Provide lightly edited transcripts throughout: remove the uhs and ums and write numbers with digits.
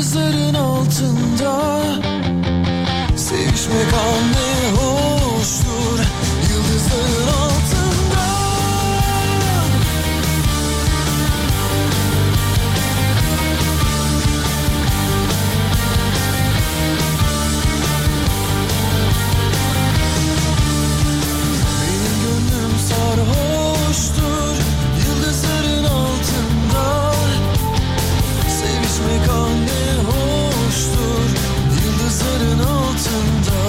Yıldızların altında sevişmek anne hoştur. Yıldızların altında. Benim gönlüm sarhoştur. Yıldızların altında sevişmek anne hoştur. Yıldızların altında.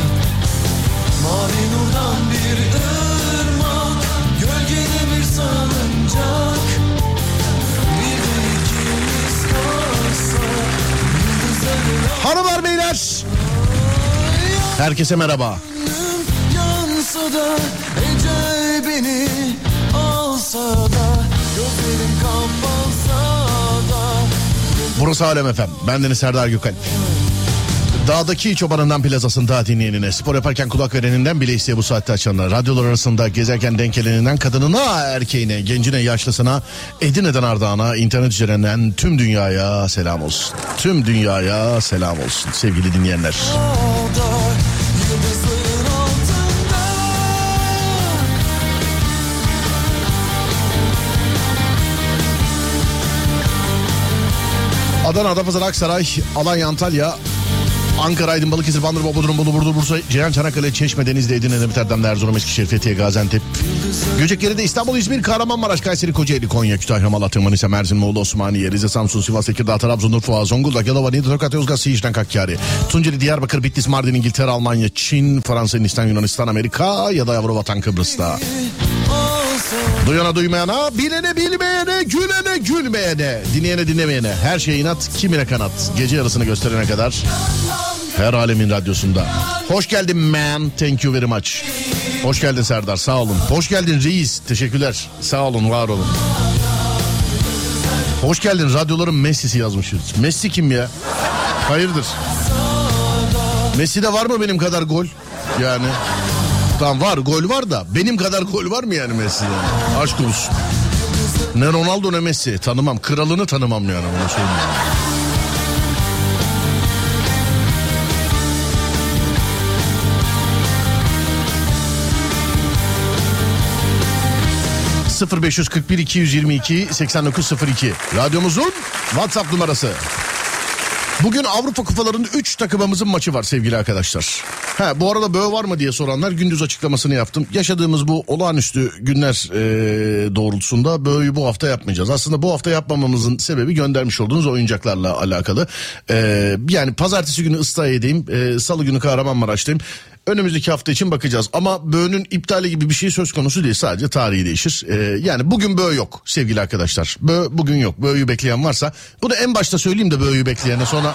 Mavi nurdan bir ırmak, gölgede bir salıncak. Bir de ikimiz kalsak yıldızların altında. Hanımlar beyler, herkese merhaba. Yansa da ecel beni alsa da, gözlerim kapansa da. Burası Alem FM. Bendeniz Serdar Gökalp. Dağdaki çobanından plazasında dinleyenine, spor yaparken kulak vereninden, bile isteye bu saatte açanlar, radyolar arasında gezerken denk geleninden, kadınına, erkeğine, gencine, yaşlısına, Edirne'den Ardahan'a, internet üzerinden tüm dünyaya selam olsun. Tüm dünyaya selam olsun sevgili dinleyenler. Adana, Adapazarı, Aksaray, Alanya, Antalya, Ankara, Aydın, Balıkesir, Bandırma, Bodrum, Bolu, Burdur, Bursa, Ceyhan, Çanakkale, Çeşme, Denizli, Edirne, Nemiterdem, Erzurum, Eskişehir, Fethiye, Gaziantep, Göcekeri'de, İstanbul, İzmir, Kahramanmaraş, Kayseri, Kocaeli, Konya, Kütahya, Malatya, Manisa, Mersin, Muğla, Osmaniye, Rize, Samsun, Sivas, Tekirdağ, Trabzon, Urfa, Zonguldak, Yalova, Niğde, Tokat, Yozgat, Siirt'ten Hakkari, Tunceli, Diyarbakır, Bitlis, Mardin, İngiltere, Almanya, Çin, Fransa, Hindistan, Yunanistan, Amerika ya da yavru vatan Kıbrıs'ta. Duyana duymayana, bilene bilmeyene, gülene gülmeyene, dinleyene dinlemeyene, her şeye inat, kimine kanat. Gece yarısını gösterene kadar her alemin radyosunda. Hoş geldin man, thank you very much. Hoş geldin Serdar, sağ olun. Hoş geldin reis, teşekkürler. Sağ olun, var olun. Hoş geldin, radyoların Messi'si yazmışız. Messi kim ya? Hayırdır? Messi'de var mı benim kadar gol? Yani... Tamam var, gol var da benim kadar gol var mı yani Messi'de? Yani? Aşk olsun. Ne Ronaldo ne Messi, tanımam. Kralını tanımam yani, bunu söyleyeyim. 0541 222 8902 radyomuzun WhatsApp numarası. Bugün Avrupa Kupalarında 3 takımımızın maçı var sevgili arkadaşlar. Bu arada böğ var mı diye soranlar, gündüz açıklamasını yaptım. Yaşadığımız bu olağanüstü günler doğrultusunda böğü bu hafta yapmayacağız. Aslında bu hafta yapmamamızın sebebi göndermiş olduğunuz oyuncaklarla alakalı. Yani pazartesi günü Islahiye'deyim, salı günü Kahramanmaraş'tayım. Önümüzdeki hafta için bakacağız ama böğünün iptali gibi bir şey söz konusu değil, sadece tarihi değişir. Yani bugün böğ yok sevgili arkadaşlar. Böğ bugün yok. Böğü bekleyen varsa bunu en başta söyleyeyim de böğü bekleyene sonra...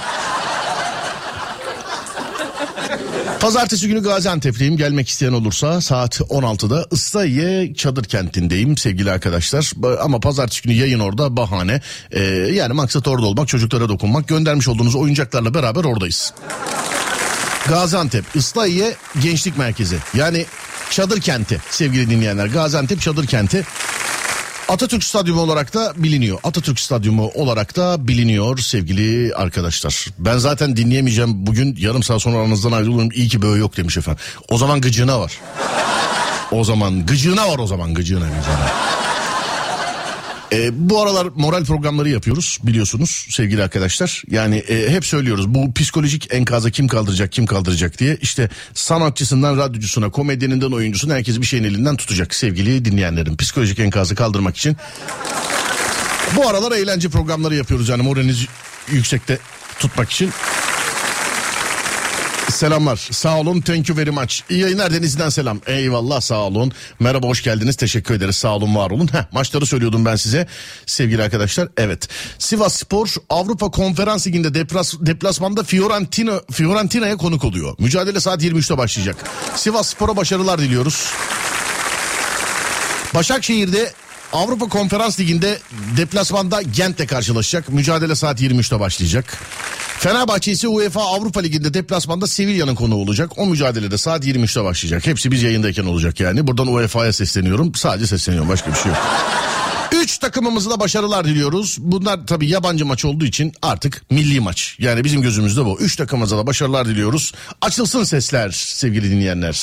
Pazartesi günü Gaziantep'teyim. Gelmek isteyen olursa saat 16'da Islahiye Çadır Kenti'ndeyim sevgili arkadaşlar. Ama pazartesi günü yayın orada bahane. Yani maksat orada olmak, çocuklara dokunmak. Göndermiş olduğunuz oyuncaklarla beraber oradayız. Gaziantep, Islahiye Gençlik Merkezi. Yani Çadır Kenti sevgili dinleyenler. Gaziantep Çadır Kenti. Atatürk Stadyumu olarak da biliniyor. Atatürk Stadyumu olarak da biliniyor sevgili arkadaşlar. Ben zaten dinleyemeyeceğim. Bugün yarım saat sonra aranızdan ayrılıyorum. İyi ki böyle yok demiş efendim. O zaman gıcığına var. O zaman gıcığına var, o zaman gıcığına. Bu aralar moral programları yapıyoruz biliyorsunuz sevgili arkadaşlar. Yani hep söylüyoruz, bu psikolojik enkaza kim kaldıracak diye. İşte sanatçısından radyocusuna, komedyeninden oyuncusuna herkes bir şeyin elinden tutacak sevgili dinleyenlerim. Psikolojik enkazı kaldırmak için bu aralar eğlence programları yapıyoruz, yani moralinizi yüksekte tutmak için. Selamlar, sağ olun, thank you very much. İyi yayınlar, Denizli'den selam. Eyvallah, sağ olun. Merhaba, hoş geldiniz, teşekkür ederiz, sağ olun, var olun. Maçları söylüyordum ben size sevgili arkadaşlar. Evet, Sivasspor Avrupa Konferans Ligi'nde deplasmanda Fiorentina'ya konuk oluyor. Mücadele saat 23'te başlayacak. Sivasspor'a başarılar diliyoruz. Başakşehir'de Avrupa Konferans Ligi'nde deplasmanda Gent'le karşılaşacak. Mücadele saat 23'te başlayacak. Fenerbahçe ise UEFA Avrupa Ligi'nde deplasmanda Sevilla'nın konuğu olacak. O mücadelede saat 23'te başlayacak. Hepsi biz yayındayken olacak yani. Buradan UEFA'ya sesleniyorum. Sadece sesleniyorum, başka bir şey yok. 3 takımımıza da başarılar diliyoruz. Bunlar tabii yabancı maç olduğu için artık milli maç. Yani bizim gözümüzde bu. 3 takımımıza da başarılar diliyoruz. Açılsın sesler sevgili dinleyenler.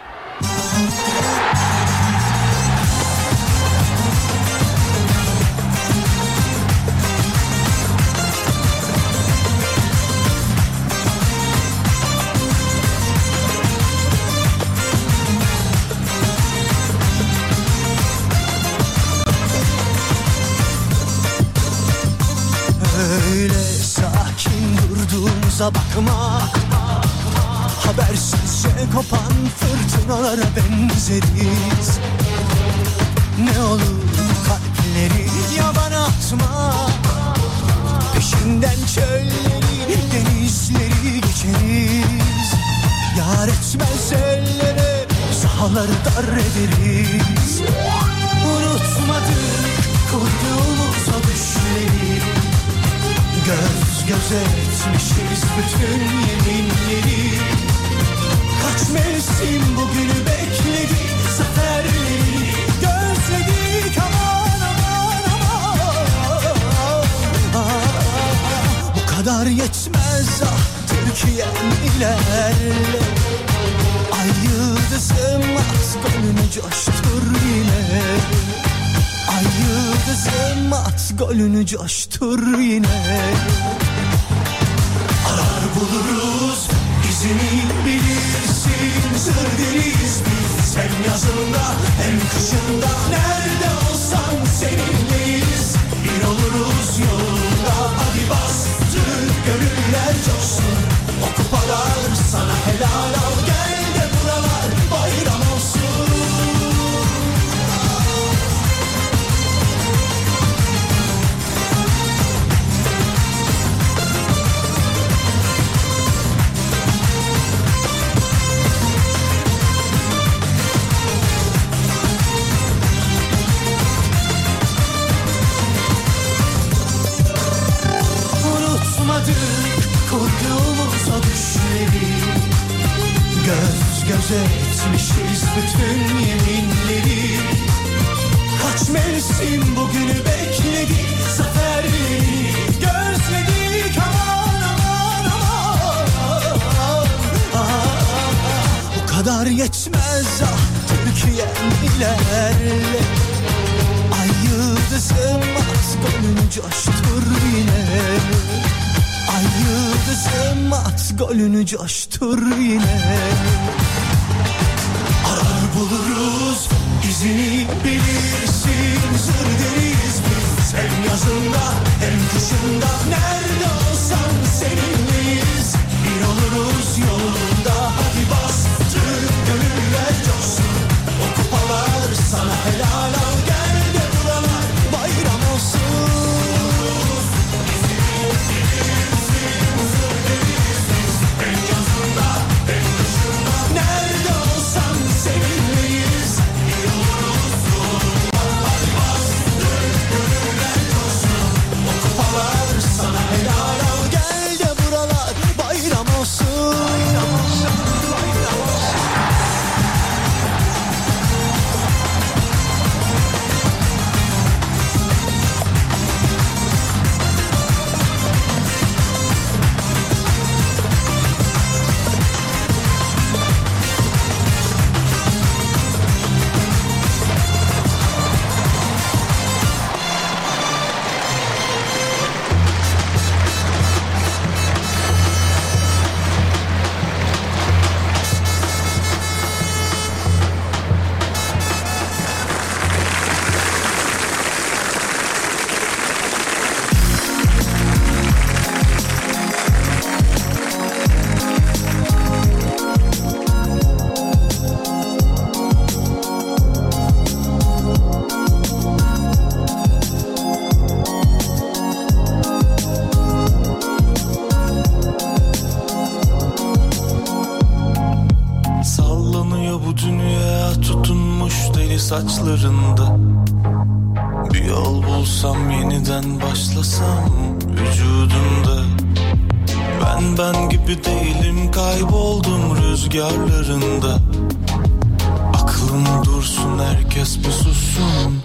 Bakma, habersizce kopan fırtınalara benzeriz. Ne olur kalpleri yabana atma, peşinden çölleri denizleri geçeriz. Yar etmez ellere sahaları dar ederiz. Unutmadık kurduğumuz o düşleri, göz göze etmişiz bütün yeminleri. Kaç mevsim bugünü bekledik, zaferleri gözledik. Aman aman aman, bu kadar yetmez ah Türkiye'm ilerle. Ay yıldızım at golünü coştur yine. Ay yıldızım at golünü coştur yine. Arar buluruz izini bilirsin, sır deriz biz. Hem yazında hem kışında nerede olsan seninleyiz. Bir oluruz yolunda hadi bastır gönüller coşsun. O kupalar sana helal al, gel de buralar bayram olsun. Kurduğumuz o düşleri, göz göze etmişiz bütün yeminleri. Kaç mevsim bugünü bekledik, zaferleri gözledik. Aman aman aman, bu kadar yetmez ah Türkiye'm ilerle. Ay yıldızım at golünü coştur yine. Ay yıldızım at golünü coştur yine. Arar buluruz izini bilirsin, zır deriz biz. Hem yazında hem kışında nerede olsan seninleyiz. Bir oluruz yolunda hadi bastır gönüller coşsun. O kupalar sana helal al, gel de buralar bayram olsun. Saçlarında bir yol bulsam, yeniden başlasam vücudumda. Ben gibi değilim, kayboldum rüzgarlarında. Aklım dursun, herkes bir sussun.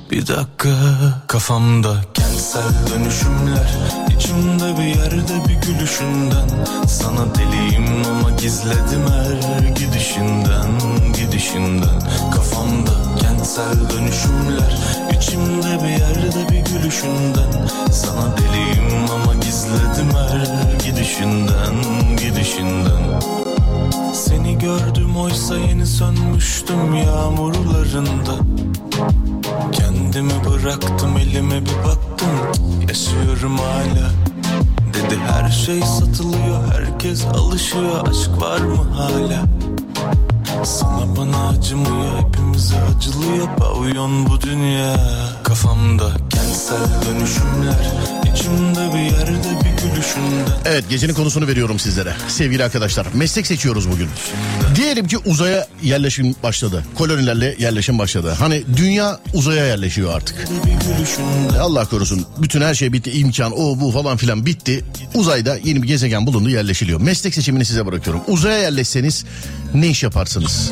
bir dakika. Kafamda kentsel dönüşümler, içimde bir yerde bir gülüşünden. Sana deliyim ama gizledim her gidişinden. Kafamda kentsel dönüşümler, içimde bir yerde bir gülüşünden. Sana deliyim ama gizledim her gidişinden. Seni gördüm oysa yeni sönmüştüm yağmurlarında. Kendimi bıraktım, elime bir baktım, yaşıyorum hala. Dedi her şey satılıyor, herkes alışıyor, aşk var mı hala? Sana bana acımıyor, hepimize acılıyor, pavyon bu dünya. Kafamda kentsel dönüşümler, içimde bir yerde bir gülüşünden. Evet, gecenin konusunu veriyorum sizlere sevgili arkadaşlar. Meslek seçiyoruz bugün. Diyelim ki uzaya yerleşim başladı. Kolonilerle yerleşim başladı. Hani dünya uzaya yerleşiyor artık. Allah korusun, bütün her şey bitti, imkan o bu falan filan bitti. Uzayda yeni bir gezegen bulundu, yerleşiliyor. Meslek seçimini size bırakıyorum. Uzaya yerleşseniz ne iş yaparsınız?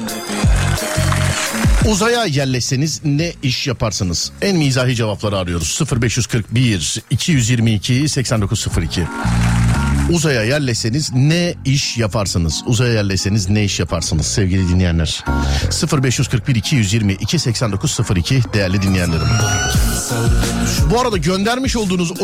Uzaya yerleşseniz ne iş yaparsınız? En mizahi cevapları arıyoruz. 0541 222 8902. Uzaya yerleşseniz ne iş yaparsınız? Uzaya yerleşseniz ne iş yaparsınız sevgili dinleyenler? 0541 222 8902 değerli dinleyenlerim. Bu arada göndermiş olduğunuz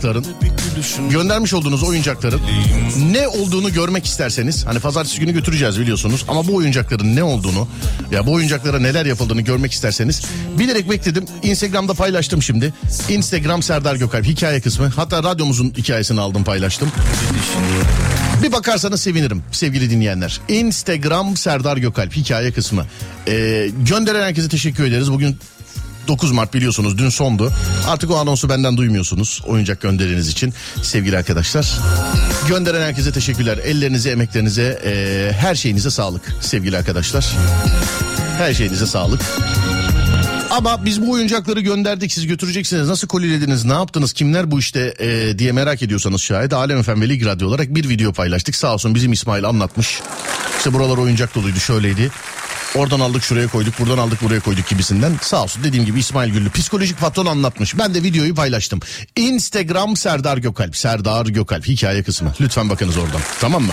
oyuncakların ne olduğunu görmek isterseniz, hani pazartesi günü götüreceğiz biliyorsunuz, ama bu oyuncakların ne olduğunu, ya bu oyuncaklara neler yapıldığını görmek isterseniz, bilerek bekledim. Instagram'da paylaştım şimdi. Instagram Serdar Gökalp hikaye kısmı. Hatta radyomuzun hikayesini aldım, paylaştım. Bir bakarsanız sevinirim sevgili dinleyenler. Instagram Serdar Gökalp hikaye kısmı. Gönderen herkese teşekkür ederiz. Bugün 9 Mart biliyorsunuz, dün sondu. Artık o anonsu benden duymuyorsunuz oyuncak gönderiniz için sevgili arkadaşlar. Gönderen herkese teşekkürler. Ellerinize, emeklerinize, her şeyinize sağlık sevgili arkadaşlar. Her şeyinize sağlık. Ama biz bu oyuncakları gönderdik, siz götüreceksiniz. Nasıl kolilediniz, ne yaptınız, kimler bu işte diye merak ediyorsanız şayet Alem FM ve Lig Radyo olarak bir video paylaştık. Sağ olsun bizim İsmail anlatmış. İşte buralar oyuncak doluydu, şöyleydi. Oradan aldık şuraya koyduk, buradan aldık buraya koyduk gibisinden. Sağ olsun, dediğim gibi İsmail Güllü psikolojik patron anlatmış. Ben de videoyu paylaştım. Instagram Serdar Gökalp, Serdar Gökalp hikaye kısmı. Lütfen bakınız oradan, tamam mı?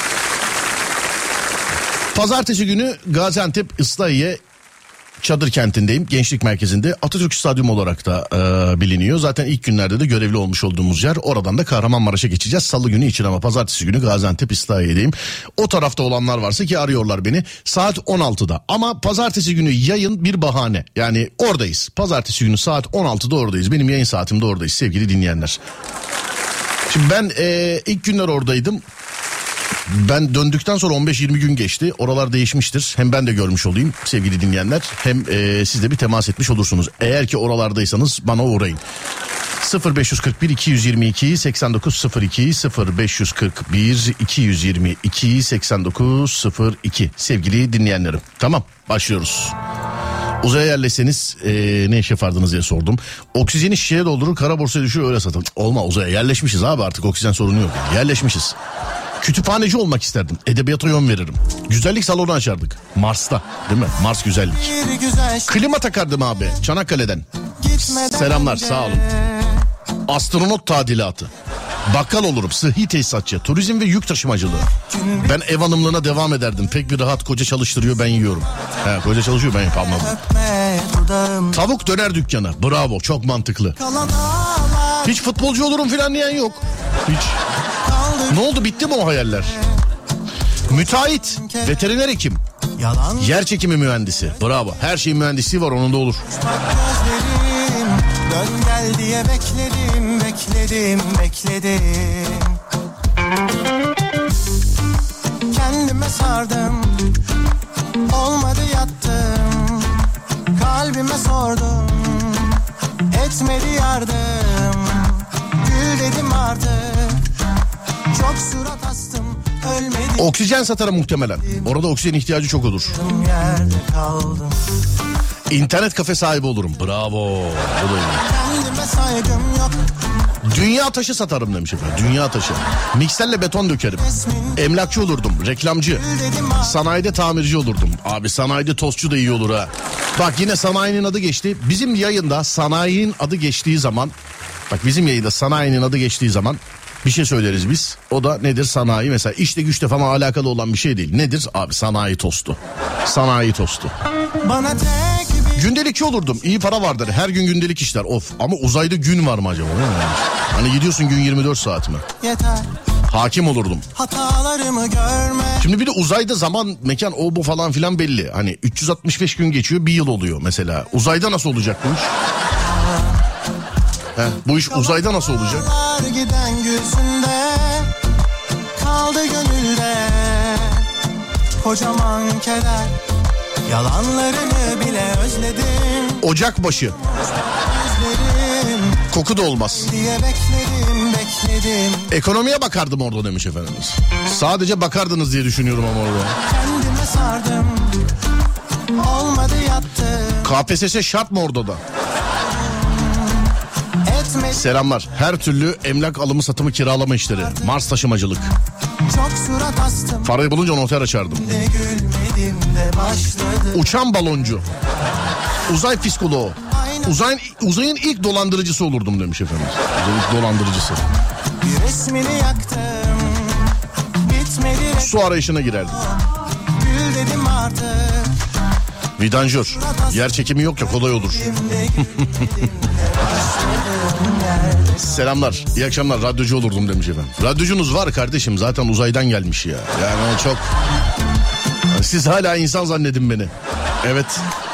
Pazartesi günü Gaziantep Islahiye Çadır kentindeyim, gençlik merkezinde. Atatürk Stadyumu olarak da biliniyor. Zaten ilk günlerde de görevli olmuş olduğumuz yer. Oradan da Kahramanmaraş'a geçeceğiz salı günü için, ama pazartesi günü Gaziantep İslahiye'deyim. O tarafta olanlar varsa ki arıyorlar beni, saat 16'da. Ama pazartesi günü yayın bir bahane. Yani oradayız. Pazartesi günü saat 16'da oradayız. Benim yayın saatimde oradayız sevgili dinleyenler. Şimdi ben ilk günler oradaydım. Ben döndükten sonra 15-20 gün geçti. Oralar değişmiştir. Hem ben de görmüş olayım sevgili dinleyenler. Hem siz de bir temas etmiş olursunuz. Eğer ki oralardaysanız bana uğrayın. 0541 222 8902 0541 222 8902 sevgili dinleyenlerim. Tamam, başlıyoruz. Uzaya yerleşseniz ne iş yapardınız diye sordum. Oksijeni şişeye doldurur, kara borsaya düşür, öyle satın. Olma, uzaya yerleşmişiz abi, artık oksijen sorunu yok. Yerleşmişiz. Kütüphaneci olmak isterdim. Edebiyata yön veririm. Güzellik salonu açardık. Mars'ta, değil mi? Mars güzellik. Klima takardım abi Çanakkale'den. Selamlar, sağ olun. Astronot tadilatı. Bakkal olurum, sıhhi tesisatçı, turizm ve yük taşımacılığı. Ben ev hanımlığına devam ederdim. Pek bir rahat, koca çalıştırıyor, ben yiyorum. He, koca çalışıyor, ben yapamam. Tavuk döner dükkanı. Bravo, çok mantıklı. Hiç futbolcu olurum filan diyen yok. Hiç. Ne oldu, bitti mi o hayaller? Müteahhit, veteriner hekim, yer çekimi mühendisi. Bravo, her şeyin mühendisliği var, onun da olur. Dön gel diye bekledim. Kendime sardım, olmadı yattım. Kalbime sordum, etmedi yardım. Gül dedim artık, çok surat astım, ölmedim. Oksijen satarım muhtemelen. Orada oksijen ihtiyacı çok olur. İnternet kafe sahibi olurum. Bravo. Dünya taşı satarım demiş efendim. Dünya taşı. Mikserle beton dökerim. Emlakçı olurdum. Reklamcı. Sanayide tamirci olurdum. Abi sanayide tostçu da iyi olur ha. Bak yine sanayinin adı geçti. Bizim yayında sanayinin adı geçtiği zaman. Bak bizim yayında sanayinin adı geçtiği zaman bir şey söyleriz biz. O da nedir? Sanayi. Mesela işte güçte falan alakalı olan bir şey değil. Nedir? Abi sanayi tostu. Sanayi tostu. Gündelikçi olurdum. İyi para vardır. Her gün gündelik işler. Of. Ama uzayda gün var mı acaba? Hani gidiyorsun gün 24 saat mi? Yeter. Hakim olurdum. Hatalarımı görme. Şimdi bir de uzayda zaman, mekan, o bu falan filan belli. Hani 365 gün geçiyor, bir yıl oluyor mesela. Uzayda nasıl olacak bu iş? Bu iş uzayda nasıl olacak? Giden yüzünde kaldı gönülde kocaman keder, yalanlarını bile özledim. Ocakbaşı. Koku da olmaz. Diye bekledim. Ekonomiye bakardım orada demiş efendimiz. Sadece bakardınız diye düşünüyorum ama orada. Kendime sardım. Olmadı yattım. KPSS şart mı orada da? Selamlar. Her türlü emlak alımı satımı kiralama işleri. Mars taşımacılık. Parayı bulunca noter açardım. Uçan baloncu. Uzay psikoloğu. Uzayın ilk dolandırıcısı olurdum demiş efendim. Uzayın ilk dolandırıcısı. Su arayışına girerdim. Vidanjör. Yer çekimi yok ya, kolay olur. Selamlar. İyi akşamlar. Radyocu olurdum demiş efendim. Radyocunuz var kardeşim. Zaten uzaydan gelmiş ya. Yani çok... Siz hala insan zannedin beni. Evet.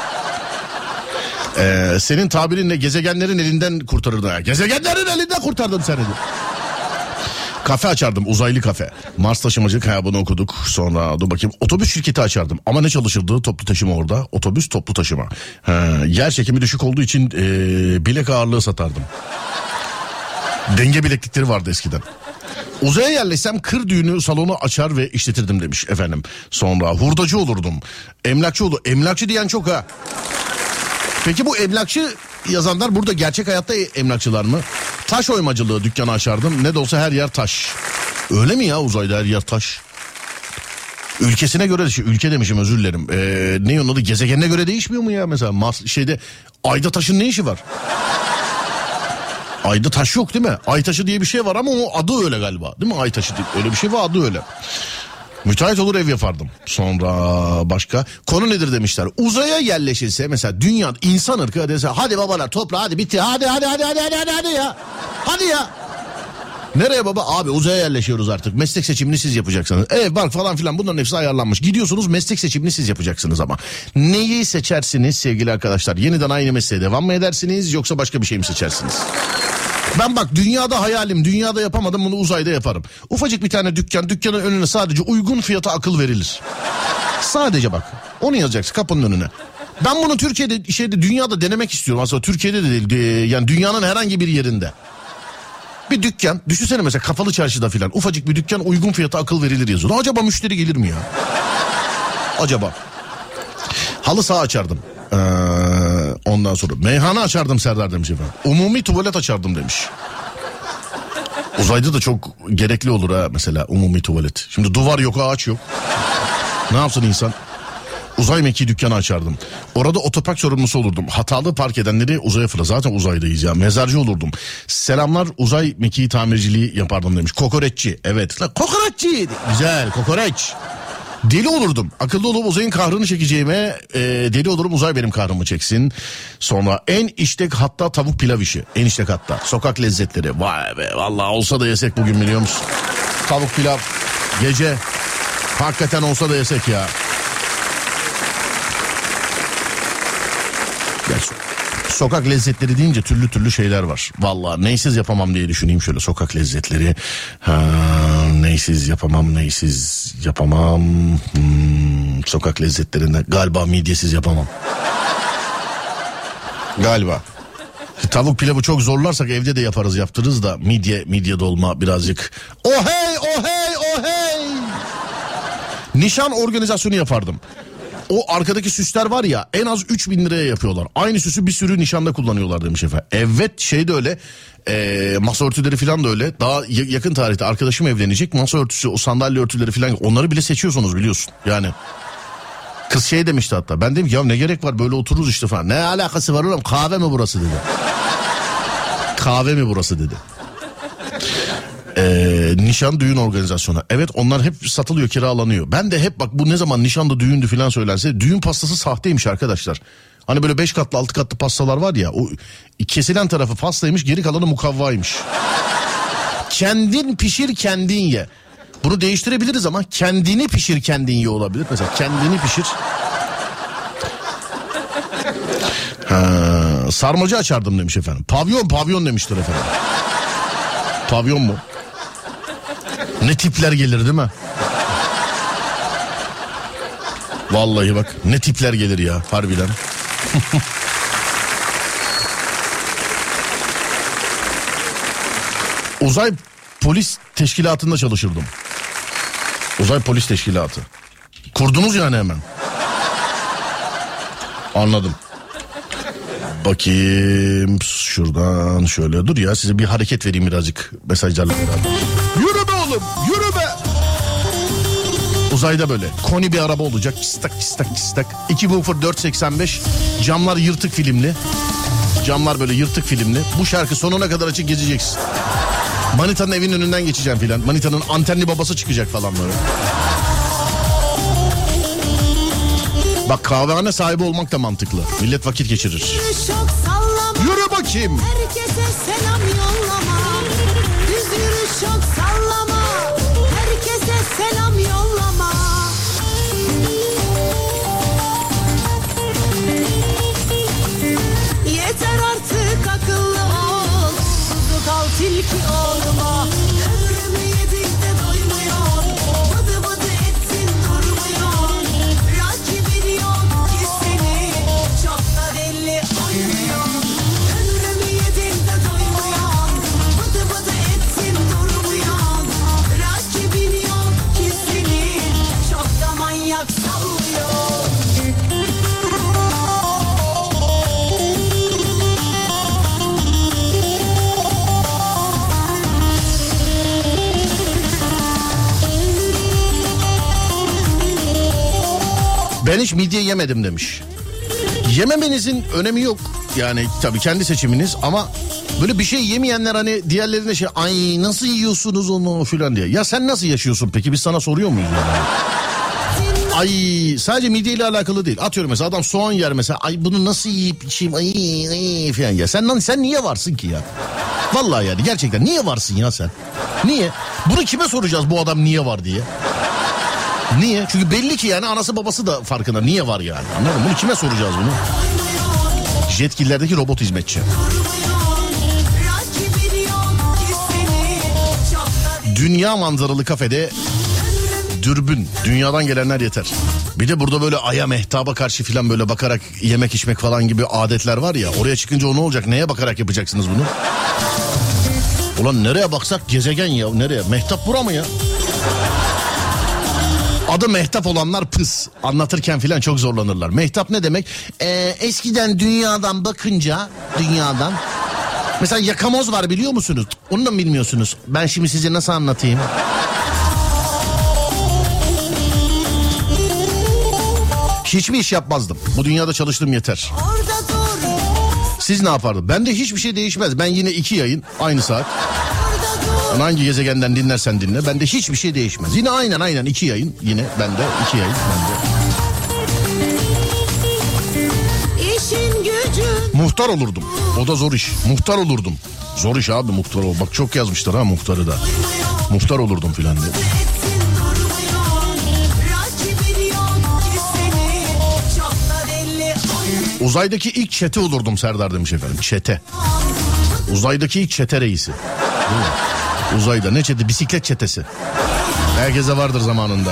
Senin tabirinle gezegenlerin elinden kurtarırdı. Gezegenlerin elinden kurtardım seni. Kafe açardım, uzaylı kafe. Mars taşımacılık, bunu okuduk. Sonra dur bakayım, otobüs şirketi açardım. Ama ne çalışırdı? Toplu taşıma orada. Otobüs toplu taşıma. Yer çekimi düşük olduğu için bilek ağırlığı satardım. Denge bileklikleri vardı eskiden. Uzaya yerleşsem kır düğünü salonu açar ve işletirdim demiş efendim. Sonra hurdacı olurdum. Emlakçı olur. Emlakçı diyen çok ha. Peki bu emlakçı yazanlar burada gerçek hayatta emlakçılar mı? Taş oymacılığı dükkanı açardım. Ne de olsa her yer taş. Öyle mi ya, uzayda her yer taş? Ülkesine göre, ülke demişim, özür dilerim. Ne onun adı, gezegenine göre değişmiyor mu ya? Mesela Ayda taşın ne işi var? Ayda taş yok değil mi? Ay taşı diye bir şey var ama o adı öyle galiba. Değil mi? Ay taşı öyle bir şey var, adı öyle. Müteahhit olur, ev yapardım. Sonra başka konu nedir demişler. Uzaya yerleşirse mesela dünya insan ırkı dese hadi babalar toprağa, hadi bitti, hadi ya. Hadi ya. Nereye baba? Abi uzaya yerleşiyoruz artık. Meslek seçimini siz yapacaksınız. Ev, bark falan filan, bunların hepsi ayarlanmış. Gidiyorsunuz, meslek seçimini siz yapacaksınız ama. Neyi seçersiniz sevgili arkadaşlar? Yeniden aynı mesleğe devam mı edersiniz yoksa başka bir şey mi seçersiniz? Ben bak dünyada hayalim, dünyada yapamadım, bunu uzayda yaparım. Ufacık bir tane dükkanın önüne sadece uygun fiyata akıl verilir. Sadece bak onu yazacaksın kapının önüne. Ben bunu Türkiye'de dünyada denemek istiyorum. Aslında Türkiye'de de değil, yani dünyanın herhangi bir yerinde. Bir dükkan düşünsene mesela, kapalı çarşıda filan ufacık bir dükkan, uygun fiyata akıl verilir yazıyor. Acaba müşteri gelir mi ya? Acaba. Halı saha açardım. Ondan sonra meyhane açardım Serdar demiş efendim. Umumi tuvalet açardım demiş. Uzayda da çok gerekli olur ha mesela umumi tuvalet. Şimdi duvar yok, ağaç yok. Ne yapsın insan? Uzay mekiği dükkanı açardım. Orada otopark sorumlusu olurdum. Hatalı park edenleri uzaya fırla. Zaten uzaydayız ya. Mezarcı olurdum. Selamlar, uzay mekiği tamirciliği yapardım demiş. Kokoreççi. Evet. Kokoreççi. Güzel, kokoreç. Deli olurdum. Akıllı olup uzayın kahrını çekeceğime deli olurum, uzay benim kahrımı çeksin. Sonra en işlek hatta tavuk pilav işi. En işlek hatta. Sokak lezzetleri. Vay be, vallahi olsa da yesek bugün, biliyor musun? Tavuk pilav gece. Hakikaten olsa da yesek ya. Sokak lezzetleri deyince türlü şeyler var. Vallahi neysiz yapamam diye düşüneyim şöyle sokak lezzetleri. Neysiz yapamam. Sokak lezzetlerinde galiba midyesiz yapamam. Galiba. Tavuk pilavı çok zorlarsak evde de yaparız, yaptırırız da midye dolma birazcık. Oh hey. Nişan organizasyonu yapardım. O arkadaki süsler var ya, en az 3.000 liraya yapıyorlar. Aynı süsü bir sürü nişanda kullanıyorlar demiş efendim. Evet, şey de öyle. Masa örtüleri falan da öyle. Daha yakın tarihte arkadaşım evlenecek. Masa örtüsü, o sandalye örtüleri falan, onları bile seçiyorsunuz biliyorsun. Yani kız şey demişti hatta. Ben dedim ya ne gerek var, böyle otururuz işte falan. Ne alakası var oğlum, kahve mi burası dedi. Kahve mi burası dedi. Nişan düğün organizasyonu. Evet, onlar hep satılıyor, kiralanıyor. Ben de hep bak, bu ne zaman nişanda düğündü falan söylense, düğün pastası sahteymiş arkadaşlar. Hani böyle 5 katlı 6 katlı pastalar var ya, o kesilen tarafı pastaymış, geri kalanı mukavvaymış. Kendin pişir kendin ye. Bunu değiştirebiliriz ama kendini pişir kendin ye olabilir. Mesela kendini pişir. Sarmacı açardım demiş efendim. Pavyon demiştir efendim. Pavyon mu? Ne tipler gelir değil mi? Vallahi bak, ne tipler gelir ya harbiden. Uzay polis teşkilatında çalışırdım. Uzay polis teşkilatı. Kurdunuz yani hemen. Anladım. Bakayım şuradan şöyle, dur ya, size bir hareket vereyim birazcık mesajlarla beraber. Yürü be oğlum, yürü be. Uzayda böyle koni bir araba olacak, kistak kistak kistak. 2 woofer 4.85, camlar yırtık filmli. Camlar böyle yırtık filmli. Bu şarkı sonuna kadar açık gezeceksin. Manitanın evinin önünden geçeceğim filan. Manitanın antenli babası çıkacak falan böyle. Bak, kahvehane sahibi olmak da mantıklı. Millet vakit geçirir. Yürü bakayım. Herkese selam yollama. Düz yürü, çok sallama. Herkese selam yollama. Yeter artık, akıllı ol. Kuzu kal, tilki olma. Ömrümü yedik de doymuyor. Bıdı bıdı ettin durmuyor. Rakibin yok ki seni. Çok da belli oynuyor. Ömrümü yedin de doymuyor. Bıdı bıdı ettin durmuyor. Rakibin yok ki seni. Çok da manyak sallıyor. Ben hiç midye yemedim demiş. Yememenizin önemi yok. Yani tabii kendi seçiminiz, ama böyle bir şey yemeyenler hani diğerlerine şey, ay nasıl yiyorsunuz onu filan diye. Ya sen nasıl yaşıyorsun peki, biz sana soruyor muyuz yani? Ay sadece midyeyle alakalı değil. Atıyorum mesela adam soğan yer mesela. Ay bunu nasıl yiyip içeyim, ay filan ya. Sen niye varsın ki ya? Vallahi yani gerçekten niye varsın ya sen? Niye? Bunu kime soracağız, bu adam niye var diye? Niye? Çünkü belli ki yani anası babası da farkında. Niye var yani? Anladın mı? Bunu kime soracağız bunu? Jetgiller'deki robot hizmetçi. Dünya manzaralı kafede dürbün. Dünyadan gelenler yeter. Bir de burada böyle aya, mehtaba karşı filan böyle bakarak yemek içmek falan gibi adetler var ya. Oraya çıkınca o ne olacak? Neye bakarak yapacaksınız bunu? Ulan nereye baksak gezegen ya. Nereye? Mehtap bura mı ya? Adı mehtap olanlar pıs. Anlatırken filan çok zorlanırlar. Mehtap ne demek? Eskiden dünyadan bakınca, dünyadan. Mesela yakamoz var, biliyor musunuz? Onu da mı bilmiyorsunuz? Ben şimdi size nasıl anlatayım? Hiçbir iş yapmazdım. Bu dünyada çalıştığım yeter. Siz ne yapardınız? Ben de hiçbir şey değişmez. Ben yine 2 yayın aynı saat. Hangi gezegenden dinlersen dinle. Bende hiçbir şey değişmez. Yine aynen 2 yayın. Yine bende 2 yayın. Muhtar olurdum. O da zor iş. Muhtar olurdum. Zor iş abi, muhtar ol. Bak çok yazmışlar ha muhtarı da. Muhtar olurdum filan diye. Uzaydaki ilk çete olurdum Serdar demiş efendim. Çete. Uzaydaki ilk çete reisi. Uzayda ne çete? Bisiklet çetesi. Herkese vardır zamanında.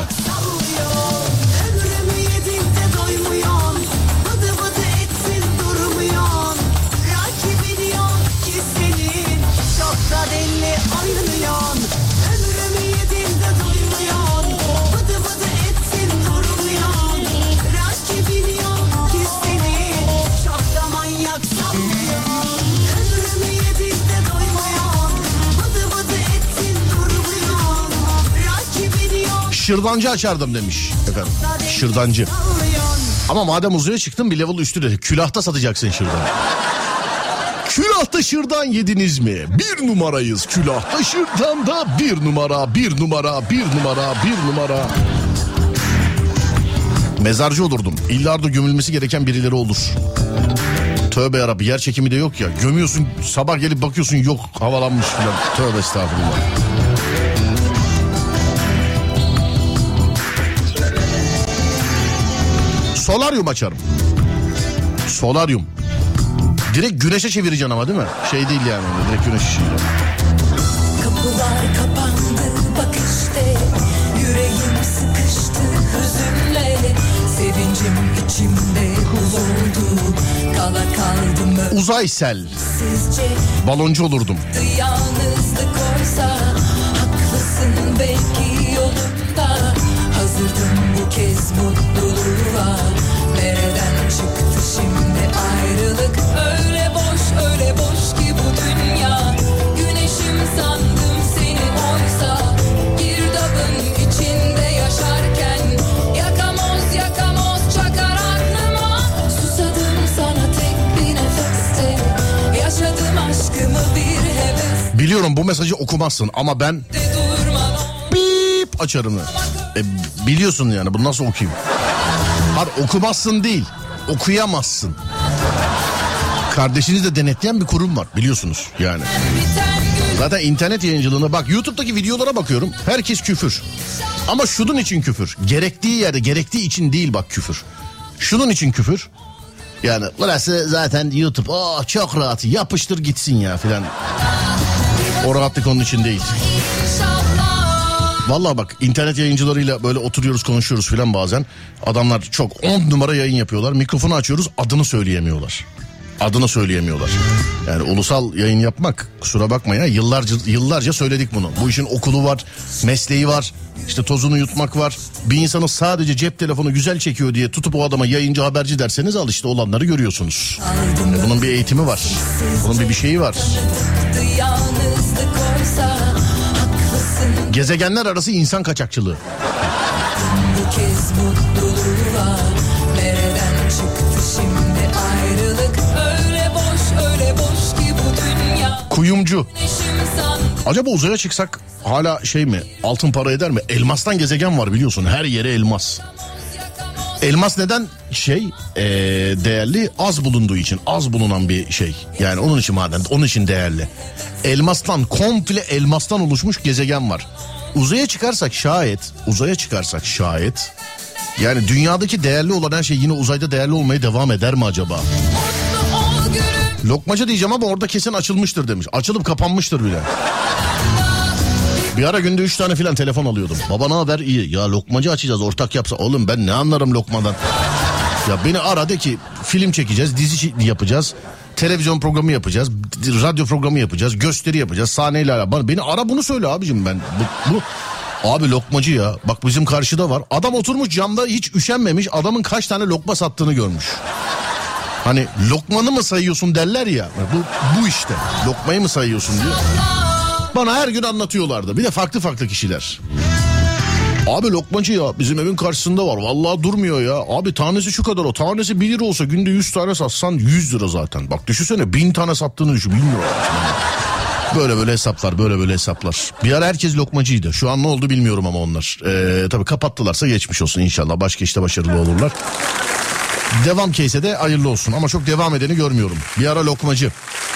Şırdancı açardım demiş efendim. Şırdancı. Ama madem uzaya çıktın bir level üstü de külahta satacaksın şırdan. Külahta şırdan yediniz mi? 1 numarayız külahta şırdanda 1 numara 1 numara 1 numara 1 numara. Mezarcı olurdum. İllarda gömülmesi gereken birileri olur. Tövbe yarabbi, yer çekimi de yok ya. Gömüyorsun, sabah gelip bakıyorsun yok, havalanmış filan. Tövbe estağfurullah. Solaryum açarım. Solaryum. Direkt güneşe çevireceksin ama değil mi? Şey değil yani, direkt güneş ışığıyla. Kapılar kapandı bak işte, yüreğim sıkıştı hüzünle, sevincim içimde kayboldu, kala kaldım Uzaysel. sizce. Baloncu olurdum. Yalnızlık oysa haklısın belki yolunda, hazırdım bu kez mutluluğa, nereden çıktı şimdi ayrılık, öyle boş ki bu dünya, güneşim sandım seni oysa, girdabın içinde yaşarken, yakamoz çakar aklıma, susadım sana tek bir nefeste, yaşadım aşkımı bir heves. Biliyorum bu mesajı okumazsın ama ben bip açarım. Biliyorsun yani, bunu nasıl okuyayım? Hayır, okumazsın değil, okuyamazsın. Kardeşiniz de denetleyen bir kurum var biliyorsunuz yani. Zaten internet yayıncılığına bak, YouTube'daki videolara bakıyorum, herkes küfür. Ama şunun için küfür, gerektiği yerde gerektiği için değil, bak küfür. Şunun için küfür. Yani burası zaten YouTube, çok rahat, yapıştır gitsin ya filan. O rahatlık onun için değil. Vallahi bak, internet yayıncılarıyla böyle oturuyoruz, konuşuyoruz filan bazen. Adamlar çok 10 numara yayın yapıyorlar. Mikrofonu açıyoruz, adını söyleyemiyorlar. Adını söyleyemiyorlar. Yani ulusal yayın yapmak, kusura bakma ya, yıllarca söyledik bunu. Bu işin okulu var, mesleği var, işte tozunu yutmak var. Bir insanı sadece cep telefonu güzel çekiyor diye tutup o adama yayıncı, haberci derseniz al işte olanları görüyorsunuz. Bunun bir eğitimi var. Bunun bir şeyi var. Gezegenler arası insan kaçakçılığı. Bu kez mutluluğa, nereden çıktı şimdi ayrılık, öyle boş ki bu dünya. Kuyumcu. Acaba uzaya çıksak hala şey mi, altın para eder mi? Elmastan gezegen var biliyorsun, her yere elmas. Elmas neden değerli? Az bulunduğu için, az bulunan bir şey. Yani onun için maden, onun için değerli. Elmastan, komple elmastan oluşmuş gezegen var. Uzaya çıkarsak şayet, yani dünyadaki değerli olan her şey yine uzayda değerli olmaya devam eder mi acaba? Lokmacı diyeceğim ama orada kesin açılmıştır demiş. Açılıp kapanmıştır bile. Bir ara günde 3 tane filan telefon alıyordum. Baba ne haber? İyi. Ya lokmacı açacağız, ortak yapsa. Oğlum ben ne anlarım lokmadan? Ya beni ara, de ki film çekeceğiz, dizi yapacağız, televizyon programı yapacağız, radyo programı yapacağız, gösteri yapacağız, sahneyle ara. Beni ara, bunu söyle abicim ben. Bu abi lokmacı ya. Bak bizim karşıda var. Adam oturmuş camda, hiç üşenmemiş. Adamın kaç tane lokma sattığını görmüş. Hani lokmanı mı sayıyorsun derler ya. Bu işte. Lokmayı mı sayıyorsun diyor. Bana her gün anlatıyorlardı. Bir de farklı kişiler. Abi lokmacı ya, bizim evin karşısında var. Vallahi durmuyor ya. Abi tanesi şu kadar o. Tanesi 1 lira olsa günde 100 tane satsan 100 lira zaten. Bak düşünsene, 1000 tane sattığını düşün. 1000 lira. Böyle hesaplar. Bir ara herkes lokmacıydı. Şu an ne oldu bilmiyorum ama onlar. Tabii kapattılarsa geçmiş olsun inşallah. Başka işte başarılı olurlar. Devam case'e de hayırlı olsun. Ama çok devam edeni görmüyorum. Bir ara lokmacı.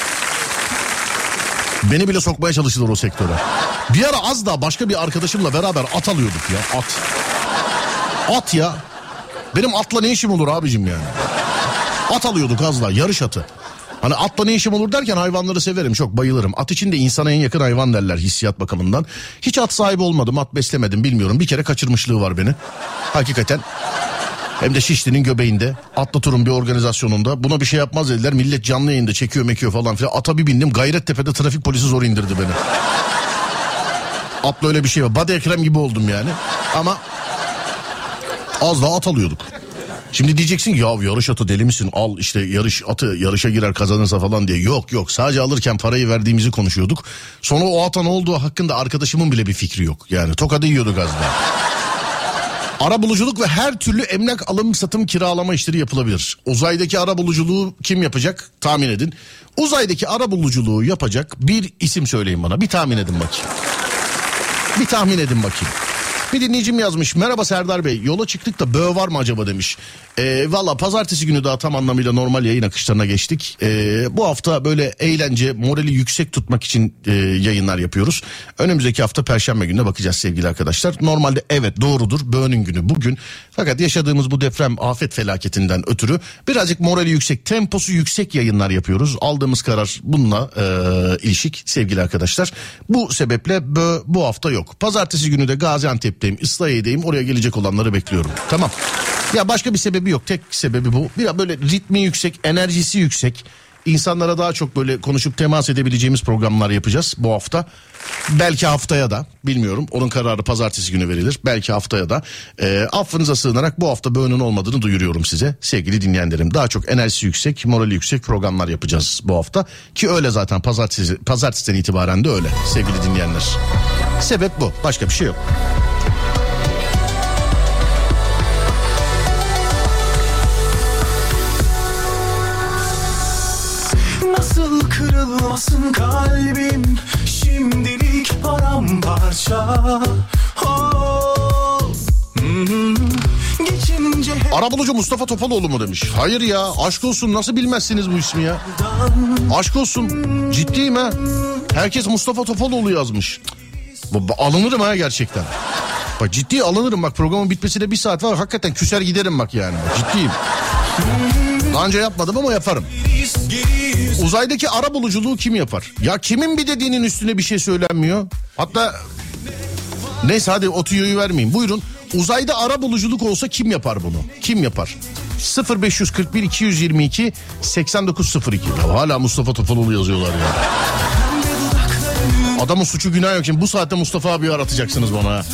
Beni bile sokmaya çalıştılar o sektöre. Bir ara az daha başka bir arkadaşımla beraber at alıyorduk ya. At ya. Benim atla ne işim olur abicim yani. At alıyorduk az daha, yarış atı. Hani atla ne işim olur derken, hayvanları severim, çok bayılırım. At için de insana en yakın hayvan derler hissiyat bakımından. Hiç at sahibi olmadım, at beslemedim, bilmiyorum. Bir kere kaçırmışlığı var beni. Hakikaten. Hem de Şişli'nin göbeğinde, atlı turun bir organizasyonunda. Buna bir şey yapmaz dediler. Millet canlı yayında çekiyor mekiyor falan filan. Ata bir bindim, Gayrettepe'de trafik polisi zor indirdi beni. Atla öyle bir şey var. Body Ekrem gibi oldum yani. Ama az daha at alıyorduk. Şimdi diyeceksin ki ya yarış atı deli misin? Al işte yarış atı, yarışa girer kazanırsa falan diye. Yok, sadece alırken parayı verdiğimizi konuşuyorduk. Sonra o ata ne olduğu hakkında arkadaşımın bile bir fikri yok. Yani tokadı yiyorduk az daha. Arabuluculuk ve her türlü emlak alım satım kiralama işleri yapılabilir. Uzaydaki arabuluculuğu kim yapacak? Tahmin edin. Uzaydaki arabuluculuğu yapacak bir isim söyleyin bana. Bir tahmin edin bakayım. Bir tahmin edin bakayım. Bir dinleyicim yazmış. Merhaba Serdar Bey, yola çıktık da böğ var mı acaba demiş. Valla pazartesi günü daha tam anlamıyla normal yayın akışlarına geçtik. Bu hafta böyle eğlence, morali yüksek tutmak için yayınlar yapıyoruz. Önümüzdeki hafta Perşembe gününe bakacağız sevgili arkadaşlar. Normalde evet doğrudur, böğünün günü bugün. Fakat yaşadığımız bu deprem afet felaketinden ötürü birazcık morali yüksek, temposu yüksek yayınlar yapıyoruz. Aldığımız karar bununla ilişik sevgili arkadaşlar. Bu sebeple böğ bu hafta yok. Pazartesi günü de Gaziantep'teyim, Islahiye'deyim. Oraya gelecek olanları bekliyorum. Tamam. Ya başka bir sebebi yok. Tek sebebi bu. Biraz böyle ritmi yüksek, enerjisi yüksek. İnsanlara daha çok böyle konuşup temas edebileceğimiz programlar yapacağız bu hafta. Belki haftaya da, bilmiyorum. Onun kararı pazartesi günü verilir. Belki haftaya da. Affınıza sığınarak bu hafta böğünün olmadığını duyuruyorum size sevgili dinleyenlerim. Daha çok enerjisi yüksek, morali yüksek programlar yapacağız bu hafta. Ki öyle zaten pazartesiden itibaren de öyle sevgili dinleyenler. Sebep bu. Başka bir şey yok. Nasıl kırılmasın kalbim, şimdilik paramparça. Geçince Arabulucu Mustafa Topaloğlu mu demiş. Hayır ya, aşk olsun, nasıl bilmezsiniz bu ismi ya? Aşk olsun, ciddiyim ha. Herkes Mustafa Topaloğlu yazmış. Alınırım ha gerçekten. Bak ciddi alınırım, bak programın bitmesine bir saat var, hakikaten küser giderim bak yani. Bak, ciddiyim. Daha önce yapmadım ama yaparım. Uzaydaki arabuluculuğu kim yapar? Ya kimin bir dediğinin üstüne bir şey söylenmiyor. Hatta neyse hadi o tüyoyu vermeyeyim. Buyurun, uzayda arabuluculuk olsa kim yapar bunu? Kim yapar? 0541 222 8902. Ya hala Mustafa Topaloğlu yazıyorlar ya. Adamın suçu günah yok. Şimdi bu saatte Mustafa abi aratacaksınız bana ha.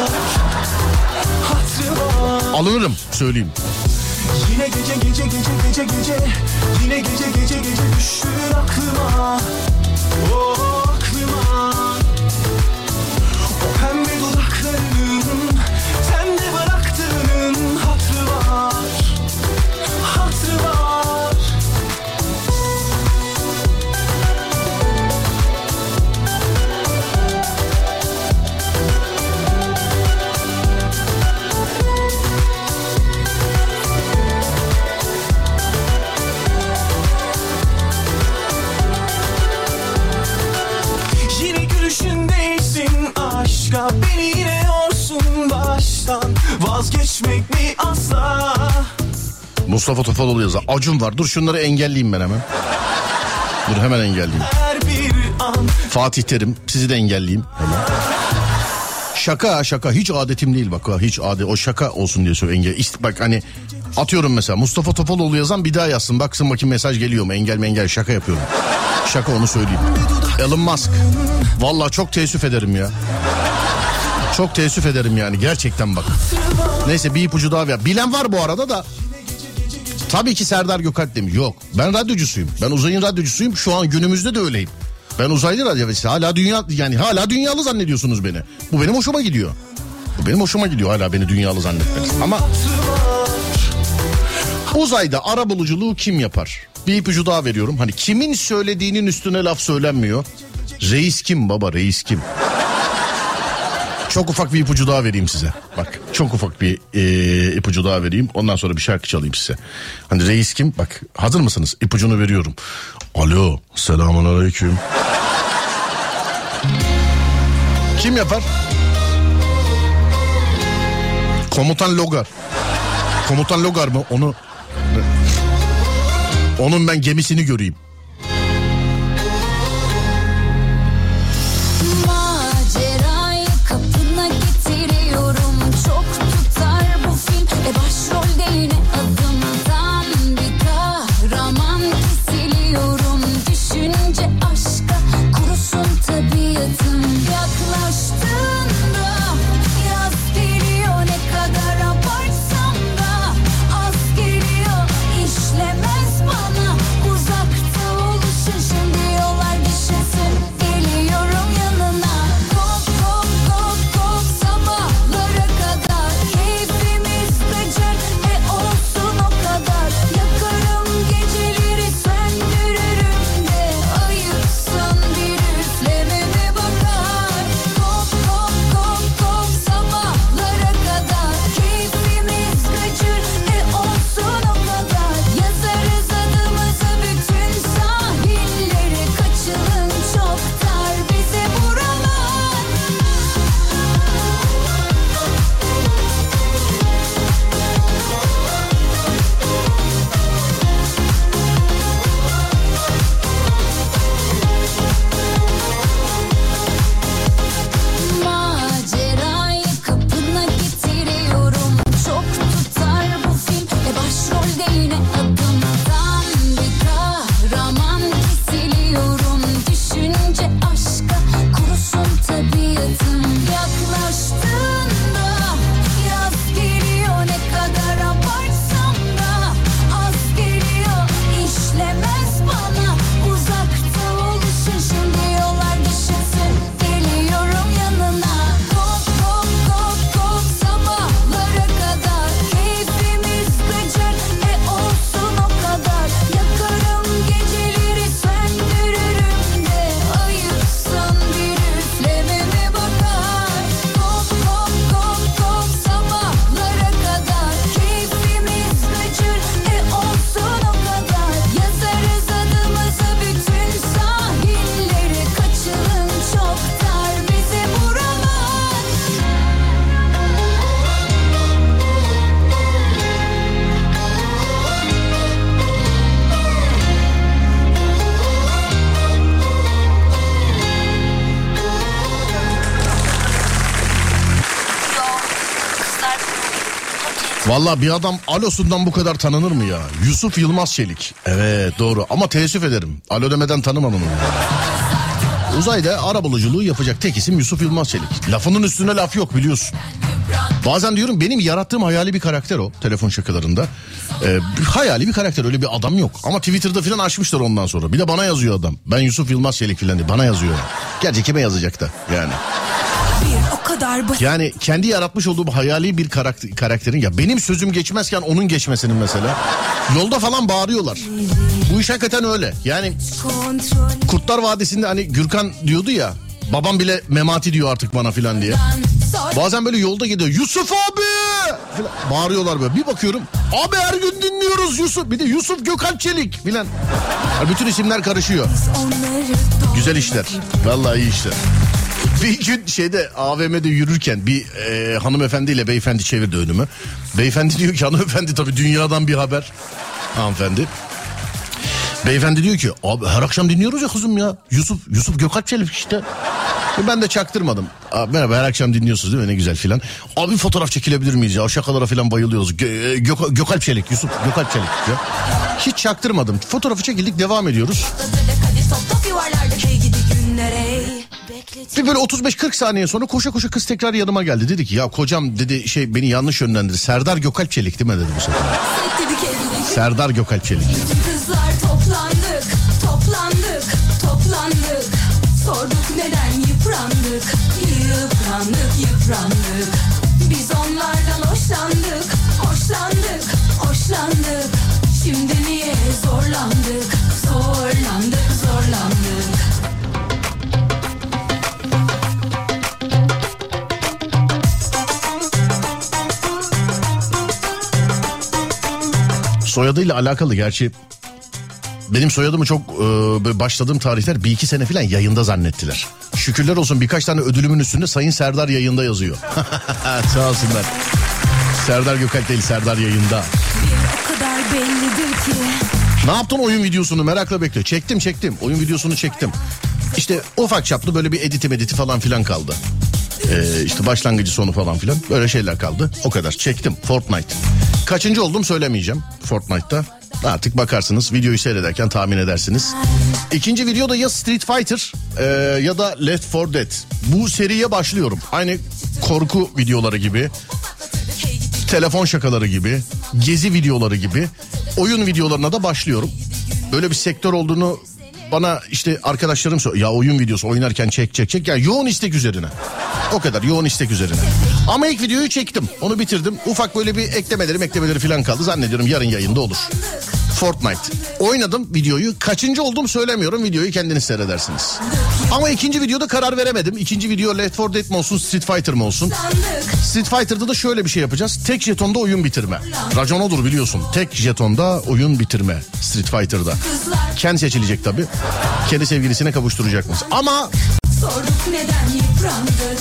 Alınırım, söyleyeyim. Yine gece yine gece düştün aklıma. Oh aklıma. O pembe dudaklarının sende bıraktığının hatırı var. Hatırı var. Aşka beni yine yorsun baştan, vazgeçmek mi asla? Mustafa Topaloğlu yazar. Acun var. Dur şunları engelleyeyim ben hemen. Dur hemen engelleyeyim. Fatih Terim, sizi de engelleyeyim hemen. Şaka hiç adetim değil bak, hiç adet, o şaka olsun diye söylüyorum. Bak hani atıyorum mesela Mustafa Topaloğlu yazan bir daha yazsın, baksın bakayım mesaj geliyor mu, engel şaka yapıyorum. Şaka, onu söyleyeyim. Elon Musk, vallahi çok teessüf ederim ya. Çok teessüf ederim yani gerçekten bak. Neyse bir ipucu daha ver. Bilen var bu arada da. Tabii ki Serdar Gökalp demiş. Yok, ben radyocusuyum. Ben uzayın radyocusuyum. Şu an günümüzde de öyleyim. Ben uzaylı radyocu. Hala dünyalı zannediyorsunuz beni. Bu benim hoşuma gidiyor. Hala beni dünyalı zannetmeniz. Ama uzayda arabuluculuğu kim yapar? Bir ipucu daha veriyorum. Hani kimin söylediğinin üstüne laf söylenmiyor. Reis kim baba, reis kim? Çok ufak bir ipucu daha vereyim size. Bak çok ufak bir ipucu daha vereyim. Ondan sonra bir şarkı çalayım size. Hani reis kim? Bak hazır mısınız? İpucunu veriyorum. Alo, selamünaleyküm. Kim yapar? Komutan Logar. Komutan Logar mı? Onun ben gemisini göreyim. Vallahi bir adam alosundan bu kadar tanınır mı ya? Yusuf Yılmaz Çelik. Evet doğru ama teessüf ederim. Alo demeden tanımam onu. Uzayda arabuluculuğu yapacak tek isim Yusuf Yılmaz Çelik. Lafının üstüne laf yok biliyorsun. Bazen diyorum benim yarattığım hayali bir karakter o telefon şakalarında. Hayali bir karakter, öyle bir adam yok. Ama Twitter'da falan açmışlar ondan sonra. Bir de bana yazıyor adam. Ben Yusuf Yılmaz Çelik falan diye bana yazıyor. Gerçi kime yazacak da yani. Yani kendi yaratmış olduğu bu hayali bir karakterin, ya benim sözüm geçmezken onun geçmesinin mesela. Yolda falan bağırıyorlar. Bu iş hakikaten öyle. Yani Kurtlar Vadisi'nde hani Gürkan diyordu ya, babam bile Memati diyor artık bana filan diye. Bazen böyle yolda gidiyor, Yusuf abi falan bağırıyorlar böyle. Bir bakıyorum, abi her gün dinliyoruz Yusuf. Bir de Yusuf Gökalp Çelik filan. Yani bütün isimler karışıyor. Güzel işler. Vallahi iyi işler. Bir gün şeyde AVM'de yürürken bir hanımefendiyle beyefendi çevirdi önümü. Beyefendi diyor ki, hanımefendi tabii dünyadan bir haber. Hanımefendi. Beyefendi diyor ki, abi her akşam dinliyoruz ya kızım ya. Yusuf Gökalp Çelik işte. Ben de çaktırmadım. Abi, merhaba, her akşam dinliyorsunuz değil mi, ne güzel filan. Abi fotoğraf çekilebilir miyiz ya? O şakalara filan bayılıyoruz. Gökalp Çelik, Yusuf Gökalp Çelik ya. Hiç çaktırmadım. Fotoğrafı çekildik, devam ediyoruz. Bir böyle 35-40 saniye sonra koşa koşa kız tekrar yanıma geldi. Dedi ki, ya kocam dedi beni yanlış yönlendirdi. Serdar Gökalp Çelik değil mi dedi bu sefer. Serdar Gökalp Çelik. Kızlar toplandık. Sorduk neden yıprandık. Biz onlardan hoşlandık. Şimdi niye zorlandık. Soyadıyla alakalı gerçi. Benim soyadımı çok başladığım tarihler 1-2 sene falan yayında zannettiler. Şükürler olsun birkaç tane ödülümün üstünde Sayın Serdar yayında yazıyor. Sağ olsunlar. Serdar Gökalp değil, Serdar yayında. O kadar bellidir ki. Ne yaptın oyun videosunu, merakla bekliyor. Çektim. Oyun videosunu çektim. İşte ufak çaplı böyle bir editi falan filan kaldı. İşte başlangıcı sonu falan filan böyle şeyler kaldı. O kadar çektim. Fortnite. Kaçıncı oldum söylemeyeceğim Fortnite'ta. Artık bakarsınız, videoyu seyrederken tahmin edersiniz. İkinci videoda ya Street Fighter ya da Left 4 Dead. Bu seriye başlıyorum. Aynı korku videoları gibi, telefon şakaları gibi, gezi videoları gibi oyun videolarına da başlıyorum. Böyle bir sektör olduğunu bana işte arkadaşlarım söylüyor. Ya oyun videosu oynarken çek. Yani yoğun istek üzerine. O kadar yoğun istek üzerine. Ama ilk videoyu çektim. Onu bitirdim. Ufak böyle bir eklemeleri falan kaldı. Zannediyorum yarın yayında olur. Fortnite. Oynadım videoyu. Kaçıncı oldum söylemiyorum. Videoyu kendiniz seyredersiniz. Ama ikinci videoda karar veremedim. İkinci video Left 4 Dead mi olsun, Street Fighter mı olsun? Street Fighter'da da şöyle bir şey yapacağız. Tek jetonda oyun bitirme. Racon odur biliyorsun. Tek jetonda oyun bitirme Street Fighter'da. Kendi seçilecek tabii. Kendi sevgilisine kavuşturacakmış. Ama Sorduk neden yıprandık.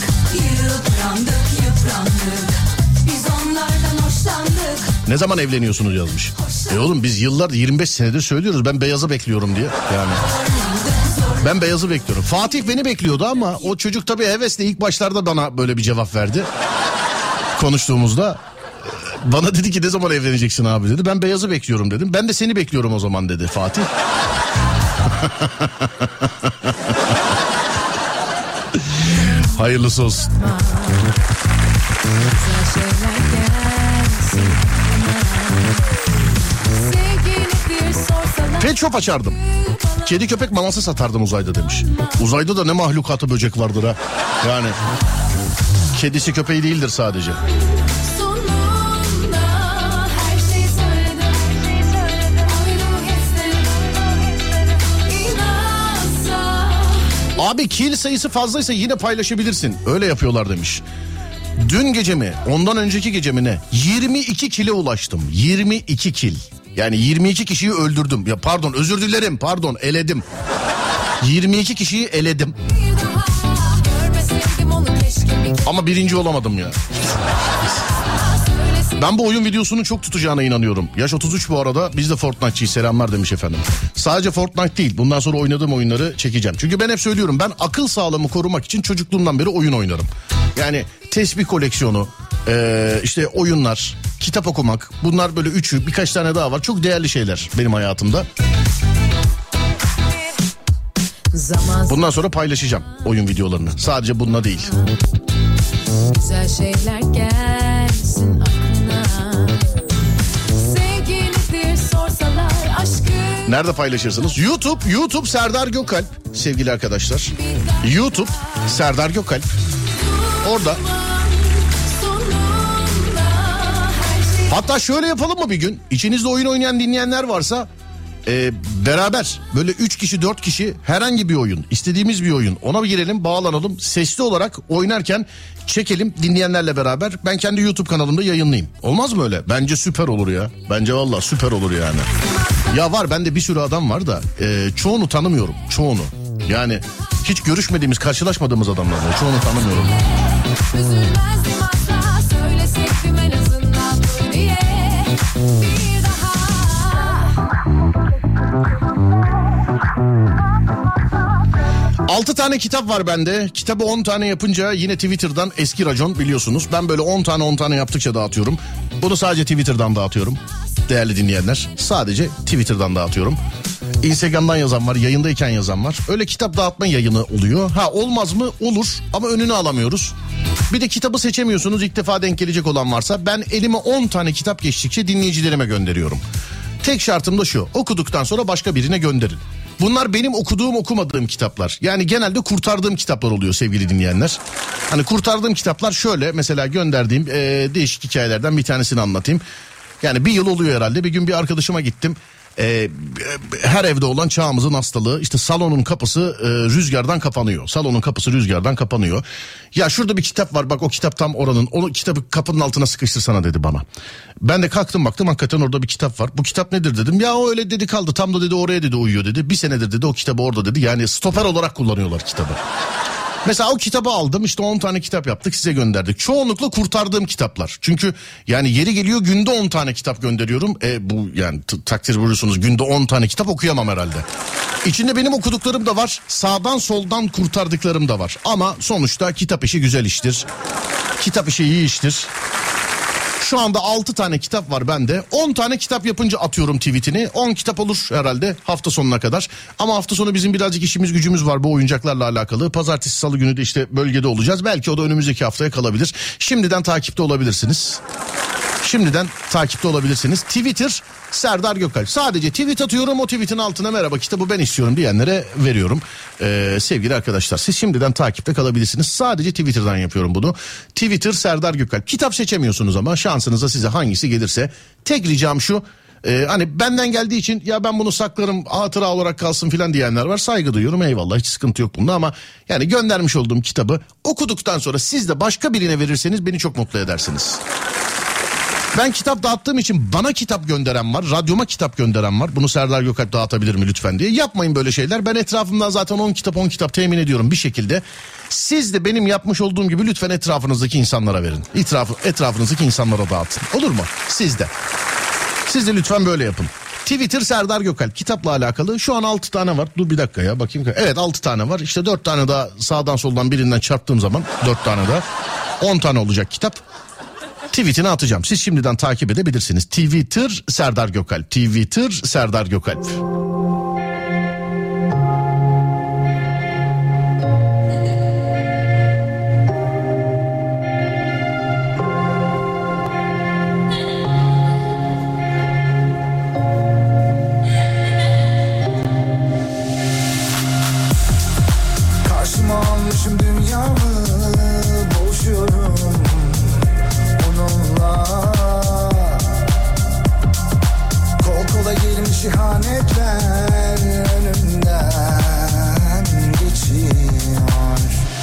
Biz onlardan hoşlandık. ne zaman evleniyorsunuz yazmış. Oğlum biz yıllar 25 senedir söylüyoruz. Ben Beyaz'ı bekliyorum diye. Yani ben Beyaz'ı bekliyorum. Fatih beni bekliyordu ama o çocuk tabii hevesle ilk başlarda bana böyle bir cevap verdi. Konuştuğumuzda bana dedi ki ne zaman evleneceksin abi dedi. Ben Beyaz'ı bekliyorum dedim. Ben de seni bekliyorum o zaman dedi Fatih. Hayırlısı olsun. Pet shop açardım. Kedi köpek maması satardım uzayda demiş. Uzayda da ne mahlukatı böcek vardır ha. Yani kedisi köpeği değildir sadece. Abi kill sayısı fazlaysa yine paylaşabilirsin. Öyle yapıyorlar demiş. Dün gece mi, ondan önceki gece mi ne? 22 kile ulaştım. 22 kill. Yani 22 kişiyi öldürdüm. Ya pardon, özür dilerim. Pardon, eledim. 22 kişiyi eledim. Ama birinci olamadım ya. Ben bu oyun videosunun çok tutacağına inanıyorum. Yaş 33 bu arada. Biz de Fortnite'çıyız, selamlar demiş efendim. Sadece Fortnite değil. Bundan sonra oynadığım oyunları çekeceğim. Çünkü ben hep söylüyorum, ben akıl sağlığımı korumak için çocukluğumdan beri oyun oynarım. Yani tesbih koleksiyonu, işte oyunlar, kitap okumak. Bunlar böyle üçü, birkaç tane daha var. Çok değerli şeyler benim hayatımda. Bundan sonra paylaşacağım oyun videolarını. Sadece bununla değil. Güzel şeyler gelsin aklına. Sevgilidir sorsalar aşkı. Nerede paylaşırsınız? YouTube Serdar Gökalp sevgili arkadaşlar. YouTube Serdar Gökalp. Orada. Hatta şöyle yapalım mı bir gün? İçinizde oyun oynayan dinleyenler varsa beraber böyle 3 kişi 4 kişi herhangi bir oyun, istediğimiz bir oyun, ona bir girelim, bağlanalım, sesli olarak oynarken çekelim dinleyenlerle beraber. Ben kendi YouTube kanalımda yayınlayayım. Olmaz mı öyle? Bence süper olur ya. Bence vallahi süper olur yani. Ya var, bende bir sürü adam var da çoğunu tanımıyorum. Çoğunu. Yani hiç görüşmediğimiz, karşılaşmadığımız adamlar var. Çoğunu tanımıyorum. Üzülmezdim asla, söyleseydim en azından dur diye. Bir daha. 6 tane kitap var bende. Kitabı 10 tane yapınca yine Twitter'dan, eski racon biliyorsunuz. Ben böyle 10 tane yaptıkça dağıtıyorum. Bunu sadece Twitter'dan dağıtıyorum. Değerli dinleyenler, sadece Twitter'dan dağıtıyorum. Instagram'dan yazan var, yayındayken yazan var. Öyle kitap dağıtma yayını oluyor. Ha, olmaz mı? Olur ama önünü alamıyoruz. Bir de kitabı seçemiyorsunuz, ilk defa denk gelecek olan varsa. Ben elime 10 tane kitap geçtikçe dinleyicilerime gönderiyorum. Tek şartım da şu: okuduktan sonra başka birine gönderin. Bunlar benim okumadığım kitaplar. Yani genelde kurtardığım kitaplar oluyor sevgili dinleyenler. Hani kurtardığım kitaplar şöyle, mesela gönderdiğim değişik hikayelerden bir tanesini anlatayım. Yani bir yıl oluyor herhalde. Bir gün bir arkadaşıma gittim. Her evde olan çağımızın hastalığı, işte salonun kapısı rüzgardan kapanıyor. Salonun kapısı rüzgardan kapanıyor. Ya şurada bir kitap var, bak o kitap tam oranın. O kitabı kapının altına sıkıştırsana dedi bana. Ben de kalktım baktım, hakikaten orada bir kitap var. Bu kitap nedir dedim. Ya o öyle dedi kaldı, tam da dedi oraya dedi uyuyor dedi. Bir senedir dedi o kitabı orada dedi. Yani stoper olarak kullanıyorlar kitabı. Mesela o kitabı aldım, işte 10 tane kitap yaptık, size gönderdik. Çoğunlukla kurtardığım kitaplar. Çünkü yani yeri geliyor günde 10 tane kitap gönderiyorum. Bu yani takdir buyurursunuz, günde 10 tane kitap okuyamam herhalde. İçinde benim okuduklarım da var, sağdan soldan kurtardıklarım da var. Ama sonuçta kitap işi güzel iştir. Kitap işi iyi iştir. Şu anda 6 tane kitap var bende. 10 tane kitap yapınca atıyorum tweetini. 10 kitap olur herhalde hafta sonuna kadar. Ama hafta sonu bizim birazcık işimiz gücümüz var bu oyuncaklarla alakalı. Pazartesi, salı günü de işte bölgede olacağız. Belki o da önümüzdeki haftaya kalabilir. Şimdiden takipte olabilirsiniz. Twitter Serdar Gökalp. Sadece tweet atıyorum, o tweetin altına merhaba kitabı ben istiyorum diyenlere veriyorum. Sevgili arkadaşlar, siz şimdiden takipte kalabilirsiniz. Sadece Twitter'dan yapıyorum bunu. Twitter Serdar Gökalp. Kitap seçemiyorsunuz ama şansınıza size hangisi gelirse. Tek ricam şu: hani benden geldiği için ya ben bunu saklarım, hatıra olarak kalsın filan diyenler var. Saygı duyuyorum, eyvallah, hiç sıkıntı yok bunda, ama yani göndermiş olduğum kitabı okuduktan sonra siz de başka birine verirseniz beni çok mutlu edersiniz. Ben kitap dağıttığım için bana kitap gönderen var, radyoma kitap gönderen var. Bunu Serdar Gökalp dağıtabilir mi lütfen diye. Yapmayın böyle şeyler. Ben etrafımdan zaten 10 kitap temin ediyorum bir şekilde. Siz de benim yapmış olduğum gibi lütfen etrafınızdaki insanlara verin. Etrafınızdaki insanlara dağıtın. Olur mu? Siz de lütfen böyle yapın. Twitter Serdar Gökalp. Kitapla alakalı şu an 6 tane var. Dur bir dakika ya bakayım. Evet, 6 tane var. İşte 4 tane daha sağdan soldan birinden çarptığım zaman 4 tane daha 10 tane olacak kitap. Tweetini atacağım. Siz şimdiden takip edebilirsiniz. Twitter Serdar Gökalp. Twitter Serdar Gökalp. Karşıma almışım dünyamı, boğuşuyorum onunla. Kol kola gelmiş ihanetler önümden geçiyor.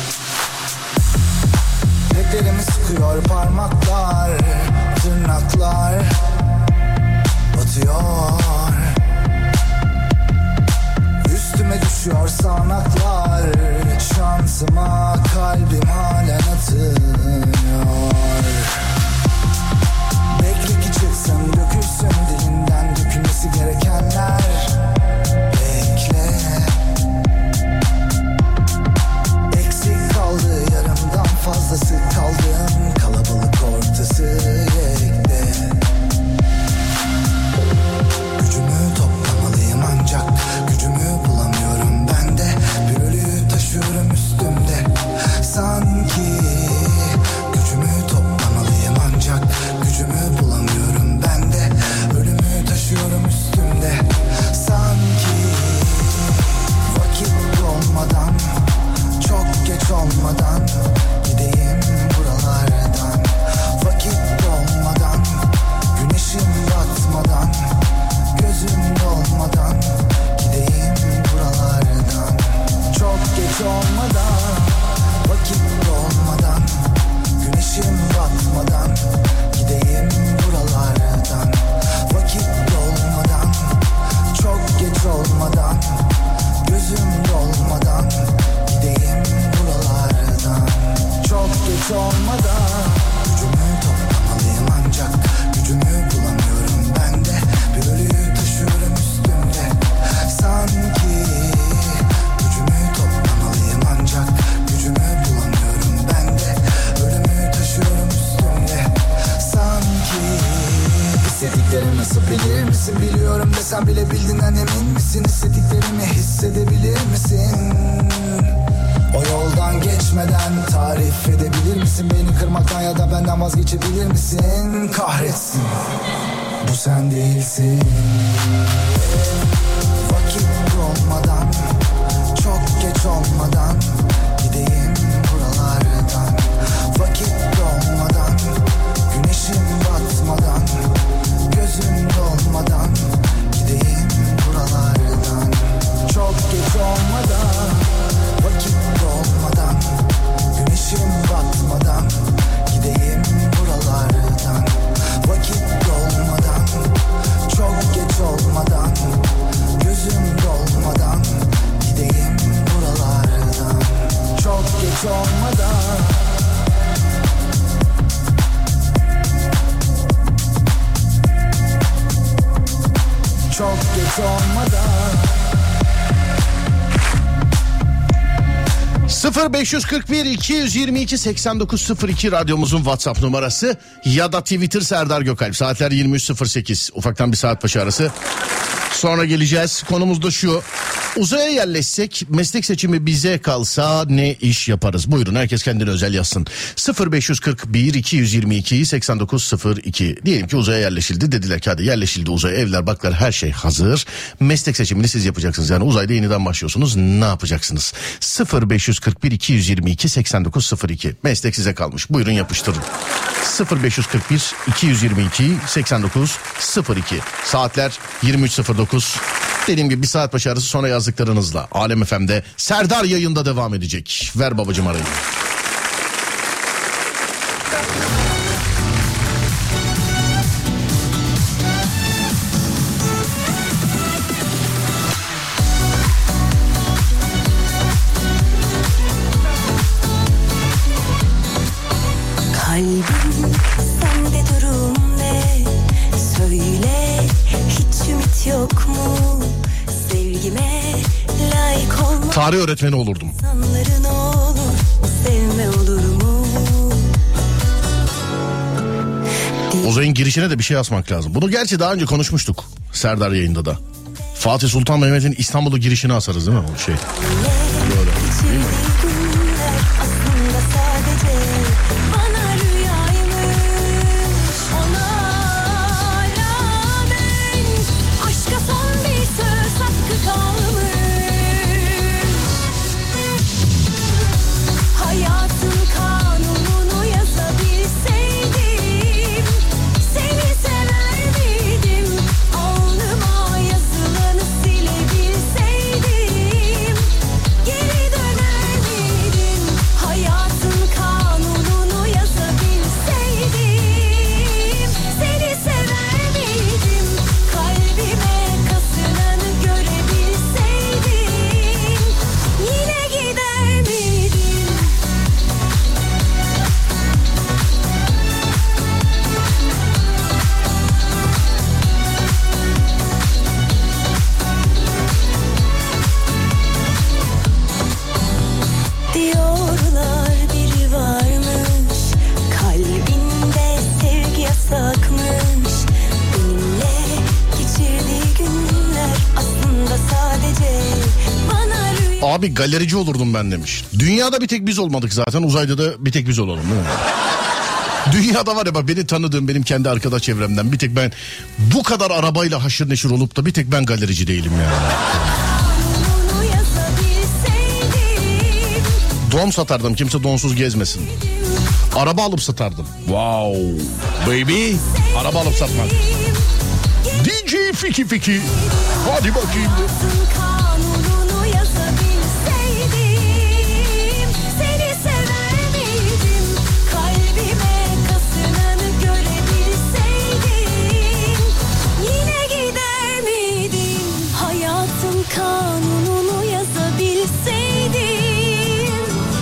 Leplerimi sıkıyor parmaklar, tırnaklar batıyor. Üstüme düşüyor sağanaklar, şansıma kalbim halen atıyor. Bekle ki çıksın, dökülsün dilinden dökülmesi gerekenler. Bekle. Eksik kaldı yarımdan fazlası, kaldığım kalabalık ortası yekte. nasıl bilir misin? Biliyorum desem bile bildiğinden emin misin? Hissettiklerimi hissedebilir misin? O yoldan geçmeden tarif edebilir misin? Beni kırmaktan ya da benden vazgeçebilir misin? Kahretsin, bu sen değilsin. Vakit olmadan, çok geç olmadan gideyim buralardan. Vakit olmadan, güneşim batmadan, gözüm dolmadan gideyim buralardan. Çok geç olmadan, vakit olmadan, güneşim batmadan gideyim buralardan. Vakit olmadan, çok geç olmadan, gözüm dolmadan gideyim buralardan. Çok geç olmadan. Çok geç olmadan. 0541 222 8902 radyomuzun WhatsApp numarası ya da Twitter Serdar Gökalp. Saatler 23.08. Ufaktan bir saat başı arası. Sonra geleceğiz. Konumuz da şu. Uzaya yerleşsek, meslek seçimi bize kalsa ne iş yaparız? Buyurun, herkes kendine özel yazsın. 0541 222 8902. Diyelim ki uzaya yerleşildi. Dediler ki hadi yerleşildi uzaya, evler, baklar, her şey hazır. Meslek seçimini siz yapacaksınız. Yani uzayda yeniden başlıyorsunuz. Ne yapacaksınız? 0541 222 8902. Meslek size kalmış. Buyurun yapıştırın. 0541 222 8902. Saatler 23.09. Dediğim gibi bir saat başı arası, sonra yazdıklarınızla Alem FM'de Serdar yayında devam edecek. Ver babacım arayı. Kalbim sende durum ne? Söyle, hiç ümit yok mu? Sevgime layık olma. Tarih öğretmeni olurdum. İnsanların olur, sevme olur mu? Uzayın girişine de bir şey asmak lazım. Bunu gerçi daha önce konuşmuştuk Serdar yayında da. Fatih Sultan Mehmet'in İstanbul'a girişine asarız değil mi o şey? Böyle. Değil mi? Aslında sadece bana rüyaymış. Ona rağmen aşka son bir söz hakkı kalmış. Hayatın kanununu yazabilseydim, seni sever miydim? Alnıma yazılanı silebilseydim, geri döner miydim? Hayatın kanununu yazabilseydim, seni sever miydim? Kalbime kazınanı görebilseydim, yine gider miydim? Diyorlar biri varmış, kalbinde sevgi yasakmış. Benimle geçirdiği günler aslında sadece bana rüya. Abi galerici olurdum ben demiş. Dünyada bir tek biz olmadık zaten, uzayda da bir tek biz olalım değil mi? Dünyada var ya bak, beni tanıdığım, benim kendi arkadaş çevremden bir tek ben bu kadar arabayla haşır neşir olup da bir tek ben galerici değilim yani. Kanununu yazabilseydim, Don satardım, kimse donsuz gezmesin. Araba alıp satardım. Wow baby, araba alıp satmak. DJ Fiki Fiki. Hadi bakayım. hayatın kanununu yazabilseydim, seni sever miydim? Kalbime kazınanı görebilseydim, yine gider miydim? Hayatın kanununu yazabilseydim,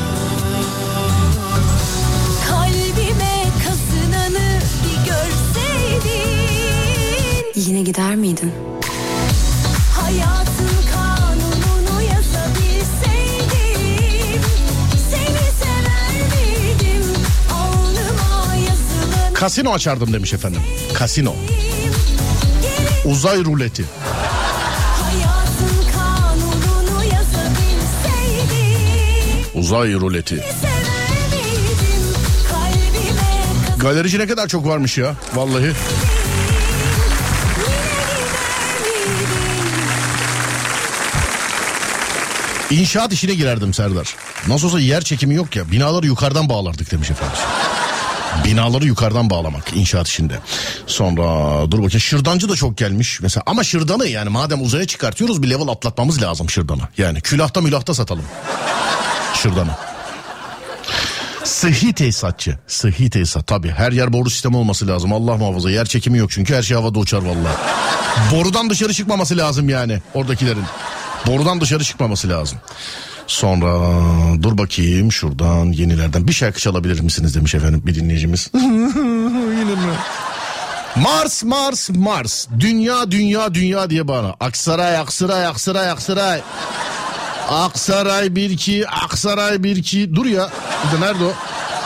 kalbime kazınanı bir görseydin, yine gider miydin? Hayatın kanununu yazabilseydim, seni sever miydim? Alnıma yazılanı Kasino açardım demiş efendim. Kasino. Uzay ruleti. Hayatın kanununu yazabilseydim. Uzay ruleti. Sever miydim kalbime Galerici ne kadar çok varmış ya vallahi. yine gider miydim? İnşaat işine girerdim Serdar. Nasıl olsa yer çekimi yok ya. Binaları yukarıdan bağlardık demiş efendim. Binaları yukarıdan bağlamak inşaat işinde. Sonra dur bakayım, şırdancı da çok gelmiş mesela. Ama şırdanı yani madem uzaya çıkartıyoruz bir level atlatmamız lazım şırdanı. Yani külahta mülahta satalım şırdanı. Sıhhi tesisatçı. Sıhhi tesisat tabii. Her yer boru sistemi olması lazım. Allah muhafaza, yer çekimi yok çünkü her şey havada uçar vallahi. Borudan dışarı çıkmaması lazım yani oradakilerin. Borudan dışarı çıkmaması lazım. Sonra dur bakayım şuradan yenilerden bir şarkı çalabilir misiniz demiş efendim bir dinleyicimiz. Yine mi? Mars Mars Mars. Dünya dünya dünya diye bana. Aksaray Aksaray Aksaray Aksaray. Aksaray 1-2 Aksaray 1-2. Dur ya. Nerede o?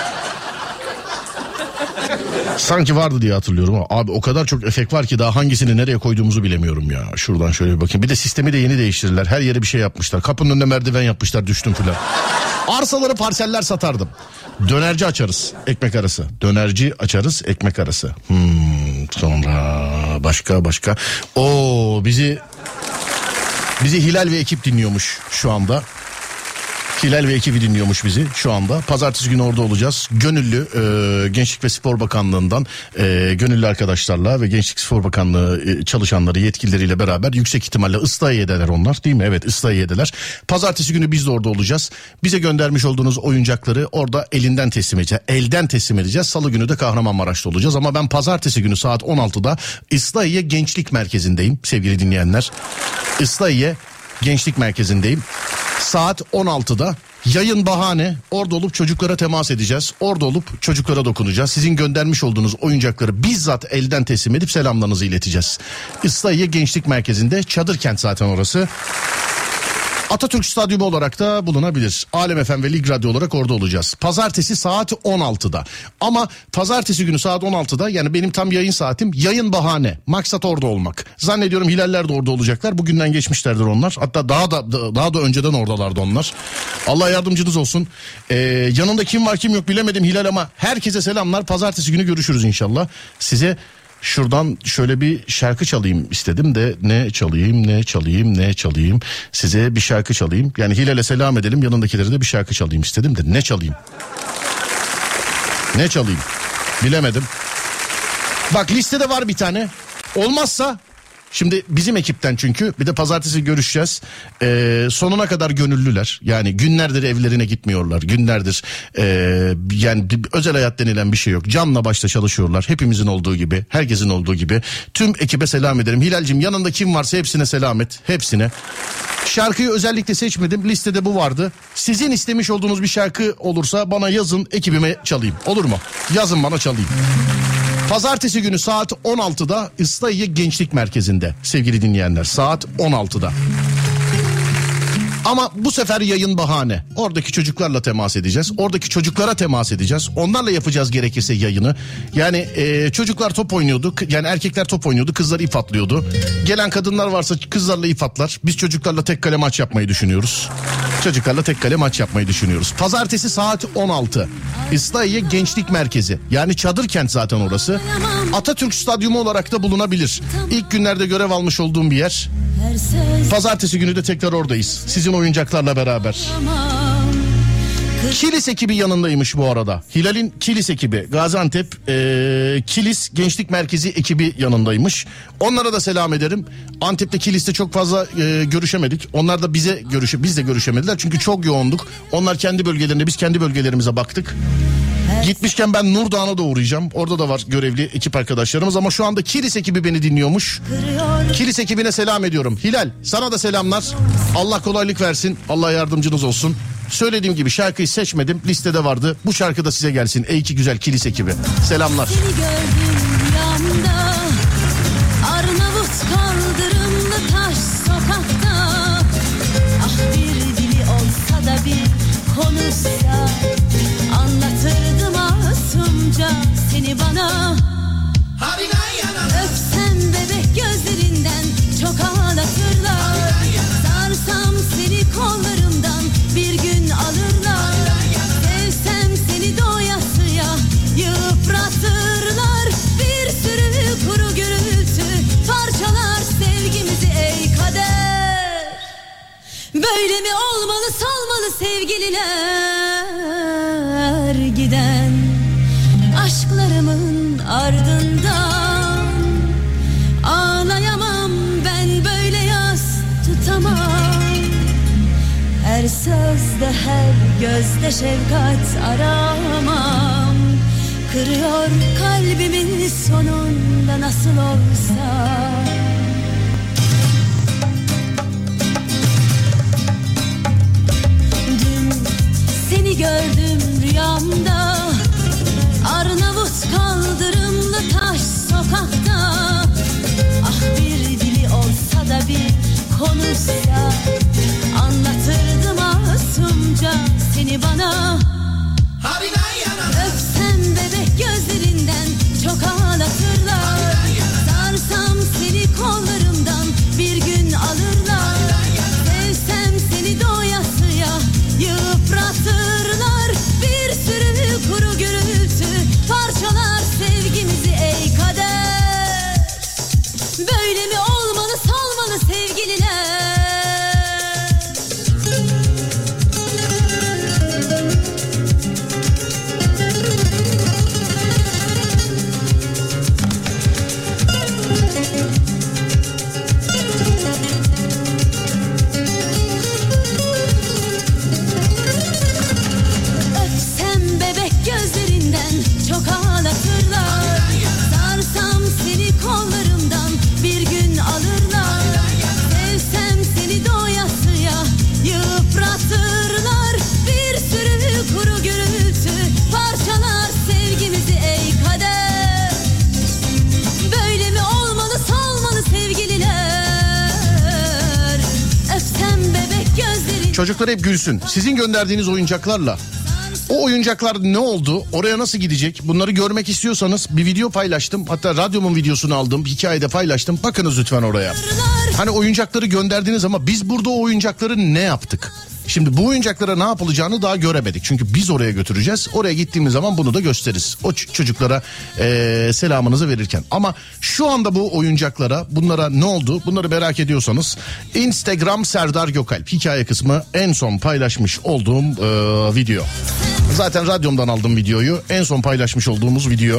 Sanki vardı diye hatırlıyorum ama abi o kadar çok efekt var ki daha hangisini nereye koyduğumuzu bilemiyorum ya. Şuradan şöyle bir bakayım. Bir de sistemi de yeni değiştirdiler. Her yere bir şey yapmışlar. Kapının önüne merdiven yapmışlar, düştüm filan. Arsaları parseller satardım. Dönerci açarız ekmek arası. Dönerci açarız ekmek arası. Sonra başka. Oo bizi Hilal ve ekip dinliyormuş şu anda. Hilal ve ekibi dinliyormuş bizi şu anda. Pazartesi günü orada olacağız. Gönüllü Gençlik ve Spor Bakanlığı'ndan gönüllü arkadaşlarla ve Gençlik Spor Bakanlığı çalışanları, yetkilileriyle beraber yüksek ihtimalle Islahiye'deler onlar değil mi? Evet, Islahiye'deler. Pazartesi günü biz de orada olacağız. Bize göndermiş olduğunuz oyuncakları orada elden teslim edeceğiz. Salı günü de Kahramanmaraş'ta olacağız. Ama ben pazartesi günü saat 16'da Islahiye Gençlik Merkezi'ndeyim sevgili dinleyenler. Islahiye Gençlik Merkezi'ndeyim. Saat 16'da yayın bahane, orada olup çocuklara temas edeceğiz. Orada olup çocuklara dokunacağız. Sizin göndermiş olduğunuz oyuncakları bizzat elden teslim edip selamlarınızı ileteceğiz. Islahiye Gençlik Merkezi'nde, çadır kent zaten orası. Atatürk Stadyumu olarak da bulunabilir. Alem FM ve Lig Radyo olarak orada olacağız. Pazartesi saat 16'da. Ama pazartesi günü saat 16'da, yani benim tam yayın saatim, yayın bahane. Maksat orada olmak. Zannediyorum Hilaller de orada olacaklar. Bugünden geçmişlerdir onlar. Hatta daha da önceden oradalardı onlar. Allah yardımcınız olsun. Yanında kim var kim yok bilemedim Hilal ama herkese selamlar. Pazartesi günü görüşürüz inşallah. Size şuradan şöyle bir şarkı çalayım istedim de ne çalayım. Size bir şarkı çalayım. Yani Hilal'e selam edelim, yanındakilere de bir şarkı çalayım istedim de ne çalayım? Bilemedim. Bak listede var bir tane. Olmazsa şimdi bizim ekipten, çünkü bir de pazartesi görüşeceğiz. Sonuna kadar gönüllüler. Yani günlerdir evlerine gitmiyorlar. Günlerdir yani özel hayat denilen bir şey yok. Canla başla çalışıyorlar. Hepimizin olduğu gibi, herkesin olduğu gibi. Tüm ekibe selam ederim. Hilal'cim yanında kim varsa hepsine selam et. Hepsine. Şarkıyı özellikle seçmedim. Listede bu vardı. Sizin istemiş olduğunuz bir şarkı olursa bana yazın, ekibime çalayım. Olur mu? Yazın bana, çalayım. Pazartesi günü saat 16'da Islahiye Gençlik Merkezi'nde sevgili dinleyenler, saat 16'da. Ama bu sefer yayın bahane. Oradaki çocuklarla temas edeceğiz. Oradaki çocuklara temas edeceğiz. Onlarla yapacağız gerekirse yayını. Yani çocuklar top oynuyordu. Yani erkekler top oynuyordu. Kızlar ip atlıyordu. Gelen kadınlar varsa kızlarla ip atlar. Biz çocuklarla tek kale maç yapmayı düşünüyoruz. Pazartesi saat 16. İslahiye Gençlik Merkezi. Yani çadır kent zaten orası. Atatürk Stadyumu olarak da bulunabilir. İlk günlerde görev almış olduğum bir yer. Pazartesi günü de tekrar oradayız. Sizin oyuncaklarla beraber. Kilis ekibi yanındaymış bu arada. Hilal'in Kilis ekibi, Gaziantep Kilis Gençlik Merkezi ekibi yanındaymış. Onlara da selam ederim. Antep'te Kilis'te çok fazla görüşemedik. Onlar da biz de görüşemediler çünkü çok yoğunduk. Onlar kendi bölgelerinde, biz kendi bölgelerimize baktık. Gitmişken ben Nurdağ'a da uğrayacağım. Orada da var görevli ekip arkadaşlarımız ama şu anda Kilis ekibi beni dinliyormuş. Kilis ekibine selam ediyorum. Hilal, sana da selamlar. Allah kolaylık versin. Allah yardımcınız olsun. Söylediğim gibi şarkıyı seçmedim. Listede vardı. Bu şarkı da size gelsin. Ey ki güzel Kilis ekibi. Selamlar. Seni gördüm rüyamda, Arnavut kaldırımlı taş sokakta. Ah bir dili olsa da bir konuşsa, anlatırdım masumca seni bana. Öpsem bebek gözlerin Böyle mi olmalı salmalı sevgililer giden aşklarımın ardından. Ağlayamam ben böyle yas tutamam. Her sözde her gözde şefkat aramam. Kırıyor kalbimin sonunda nasıl olsa. Dün seni gördüm rüyamda, Arnavut kaldırımlı taş sokakta. Ah bir dili olsa da bir konuşsa, anlatırdım masumca seni bana. Öpsem bebek gözlerinden çok ağlatırlar. Sarsam seni kollarımdan bir gün alırlar. Sevsem seni doyasıya yıpratırlar. Bir sürü kuru gürültü parçalar sevgimizi ey kader. Böyle mi olmalı salmalı sevgililer? Çok ağlatırlar. Sarsam seni kollarımdan bir gün alırlar. Sevsem seni doyasıya yıpratırlar. Bir sürü kuru gürültü parçalar sevgimizi ey kader. Böyle mi olmalı salmalı sevgililer? Öpsem bebek gözlerin. Çocuklar hep gülsün. Sizin gönderdiğiniz oyuncaklarla o oyuncaklar ne oldu? Oraya nasıl gidecek? Bunları görmek istiyorsanız bir video paylaştım. Hatta radyomun videosunu aldım. Hikayede paylaştım. Bakınız lütfen oraya. Hani oyuncakları gönderdiniz ama biz burada o oyuncakları ne yaptık? Şimdi bu oyuncaklara ne yapılacağını daha göremedik. Çünkü biz oraya götüreceğiz. Oraya gittiğimiz zaman bunu da gösteririz. O çocuklara selamınızı verirken. Ama şu anda bu oyuncaklara, bunlara ne oldu? Bunları merak ediyorsanız Instagram Serdar Gökalp hikaye kısmı en son paylaşmış olduğum video. Zaten radyomdan aldım videoyu. En son paylaşmış olduğumuz video.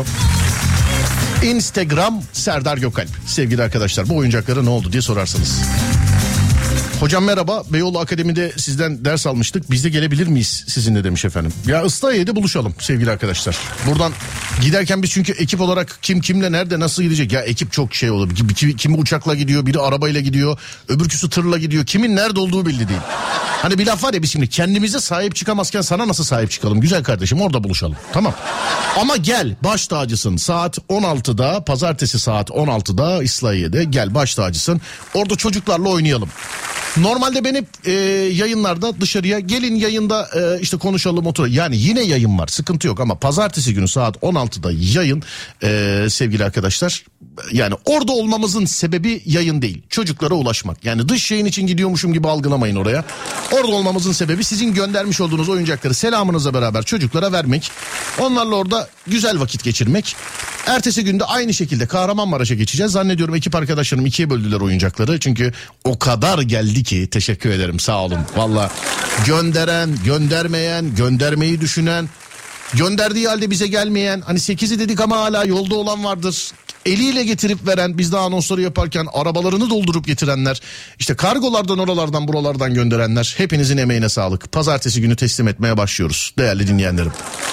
Instagram Serdar Gökalp. Sevgili arkadaşlar, bu oyuncaklara ne oldu diye sorarsanız. Hocam merhaba, Beyoğlu Akademi'de sizden ders almıştık. Biz de gelebilir miyiz sizinle demiş efendim. Ya Islahiye'de buluşalım sevgili arkadaşlar. Buradan giderken biz çünkü ekip olarak kim kimle nerede nasıl gidecek? Ya ekip çok şey olur. Kimi uçakla gidiyor, biri arabayla gidiyor, öbürküsü tırla gidiyor. Kimin nerede olduğu belli değil. Hani bir laf var ya, biz şimdi kendimize sahip çıkamazken sana nasıl sahip çıkalım? Güzel kardeşim, orada buluşalım. Tamam. Ama gel, baş tacısın. Saat 16'da, pazartesi saat 16'da Islahiye'de gel, baş tacısın. Orada çocuklarla oynayalım. Normalde ben hep yayınlarda dışarıya gelin, yayında işte konuşalım oturalım. Yani yine yayın var, sıkıntı yok ama pazartesi günü saat 16'da yayın sevgili arkadaşlar. Yani orada olmamızın sebebi yayın değil, çocuklara ulaşmak. Yani dış yayın için gidiyormuşum gibi algılamayın oraya. Orada olmamızın sebebi sizin göndermiş olduğunuz oyuncakları selamınızla beraber çocuklara vermek. Onlarla orada güzel vakit geçirmek. Ertesi günde aynı şekilde Kahramanmaraş'a geçeceğiz. Zannediyorum ekip arkadaşlarım ikiye böldüler oyuncakları. Çünkü o kadar geldi ki, teşekkür ederim, sağ olun. Valla gönderen, göndermeyen, göndermeyi düşünen, gönderdiği halde bize gelmeyen, hani 8'i dedik ama hala yolda olan vardır. Eliyle getirip veren, biz de anonsları yaparken arabalarını doldurup getirenler, işte kargolardan oralardan buralardan gönderenler, hepinizin emeğine sağlık. Pazartesi günü teslim etmeye başlıyoruz değerli dinleyenlerim.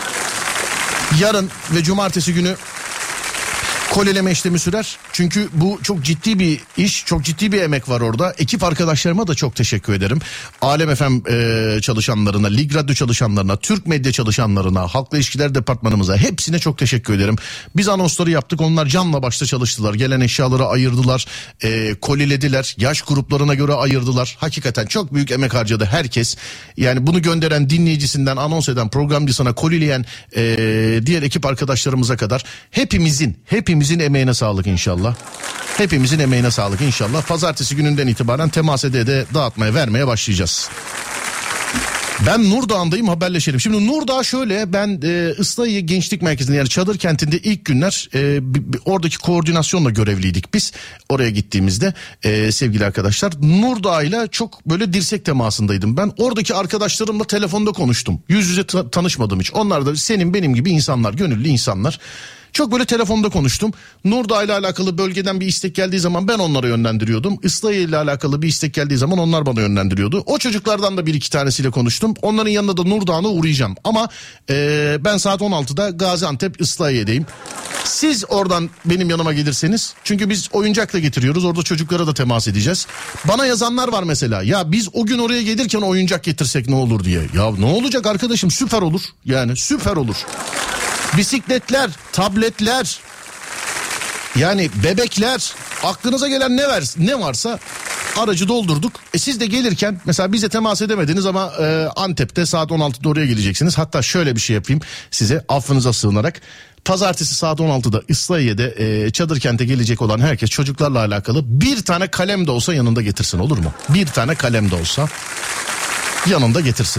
Yarın ve cumartesi günü koleleme işlemi sürer. Çünkü bu çok ciddi bir iş, çok ciddi bir emek var orada. Ekip arkadaşlarıma da çok teşekkür ederim. Alem FM çalışanlarına, Lig Radyo çalışanlarına, Türk Medya çalışanlarına, Halkla İlişkiler Departmanımıza, hepsine çok teşekkür ederim. Biz anonsları yaptık, onlar canla başla çalıştılar. Gelen eşyaları ayırdılar, kolilediler, yaş gruplarına göre ayırdılar. Hakikaten çok büyük emek harcadı herkes. Yani bunu gönderen dinleyicisinden, anons eden programcısına, kolileyen diğer ekip arkadaşlarımıza kadar hepimizin emeğine sağlık inşallah. Hepimizin emeğine sağlık inşallah. Pazartesi gününden itibaren temas ede dağıtmaya, vermeye başlayacağız. Ben Nurdağ'ındayım, haberleşelim. Şimdi Nurdağ şöyle, ben Islahiye Gençlik Merkezi'nde, yani Çadır Kenti'nde ilk günler oradaki koordinasyonla görevliydik biz. Oraya gittiğimizde sevgili arkadaşlar, Nurdağ'yla çok böyle dirsek temasındaydım ben. Oradaki arkadaşlarımla telefonda konuştum. Yüz yüze tanışmadım hiç. Onlar da senin benim gibi insanlar, gönüllü insanlar. Çok böyle telefonda konuştum. Nurdağ ile alakalı bölgeden bir istek geldiği zaman ben onlara yönlendiriyordum. Islahiye ile alakalı bir istek geldiği zaman onlar bana yönlendiriyordu. O çocuklardan da bir iki tanesiyle konuştum. Onların yanında da Nurdağ'a uğrayacağım. Ama ben saat 16'da Gaziantep Islahiye'deyim. Siz oradan benim yanıma gelirseniz, çünkü biz oyuncakla getiriyoruz. Orada çocuklara da temas edeceğiz. Bana yazanlar var mesela. Ya biz o gün oraya gelirken oyuncak getirsek ne olur diye. Ya ne olacak arkadaşım, süper olur. Yani süper olur. Bisikletler, tabletler, yani bebekler, aklınıza gelen ne varsa aracı doldurduk. Siz de gelirken mesela bize temas edemediniz ama Antep'te saat 16'da oraya geleceksiniz. Hatta şöyle bir şey yapayım size, affınıza sığınarak. Pazartesi saat 16'da Islahiye'de Çadır Kent'e gelecek olan herkes çocuklarla alakalı bir tane kalem de olsa yanında getirsin, olur mu? Bir tane kalem de olsa yanında getirsin.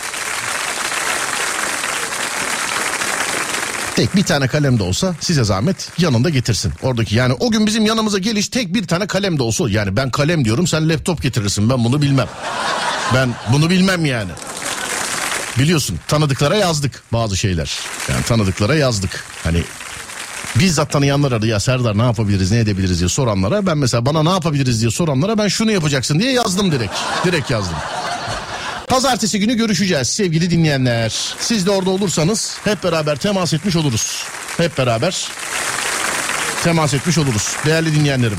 Tek bir tane kalem de olsa size zahmet yanında getirsin. Oradaki, yani o gün bizim yanımıza geliş tek bir tane kalem de olsa, yani ben kalem diyorum sen laptop getirirsin, ben bunu bilmem. Ben bunu bilmem yani. Biliyorsun, tanıdıklara yazdık bazı şeyler. Yani tanıdıklara yazdık. Hani bizzat tanıyanlar aradı, ya Serdar ne yapabiliriz, ne edebiliriz diye soranlara, ben mesela bana ne yapabiliriz diye soranlara ben şunu yapacaksın diye yazdım direkt. Direkt yazdım. Pazartesi günü görüşeceğiz sevgili dinleyenler. Siz de orada olursanız hep beraber temas etmiş oluruz. Hep beraber temas etmiş oluruz değerli dinleyenlerim.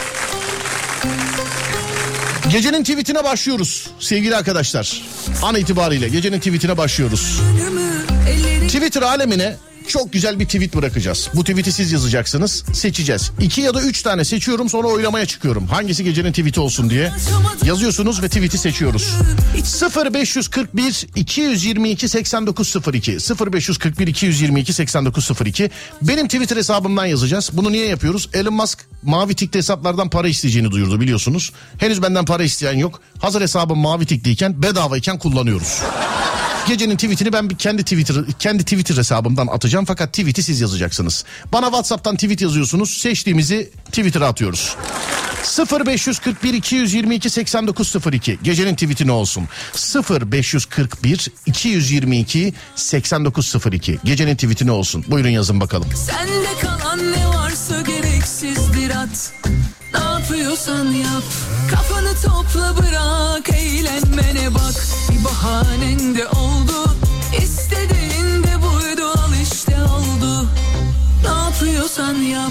Gecenin tweetine başlıyoruz sevgili arkadaşlar. An itibariyle gecenin tweetine başlıyoruz. Twitter alemine çok güzel bir tweet bırakacağız. Bu tweet'i siz yazacaksınız, seçeceğiz. 2 ya da 3 tane seçiyorum, sonra oylamaya çıkıyorum. Hangisi gecenin tweet'i olsun diye yazıyorsunuz ve tweet'i seçiyoruz. 0541 222 8902 0541 222 8902 benim Twitter hesabımdan yazacağız. Bunu niye yapıyoruz? Elon Musk mavi tikli hesaplardan para isteyeceğini duyurdu, biliyorsunuz. Henüz benden para isteyen yok. Hazır hesabım mavi tikliyken, bedavayken kullanıyoruz. Gecenin tweetini ben kendi Twitter hesabımdan atacağım, fakat tweet'i siz yazacaksınız. Bana WhatsApp'tan tweet yazıyorsunuz, seçtiğimizi Twitter'a atıyoruz. 0541 222 8902 gecenin tweet'i ne olsun? 0541 222 8902 gecenin tweet'i ne olsun? Buyurun yazın bakalım. Sende kalan ne varsa gereksizdir at. Ne yapıyorsan yap. Kafanı topla, bırak eğlenmene bak. Bir bahanen de oldu, İstediğin de buydu, al işte oldu. Ne yapıyorsan yap.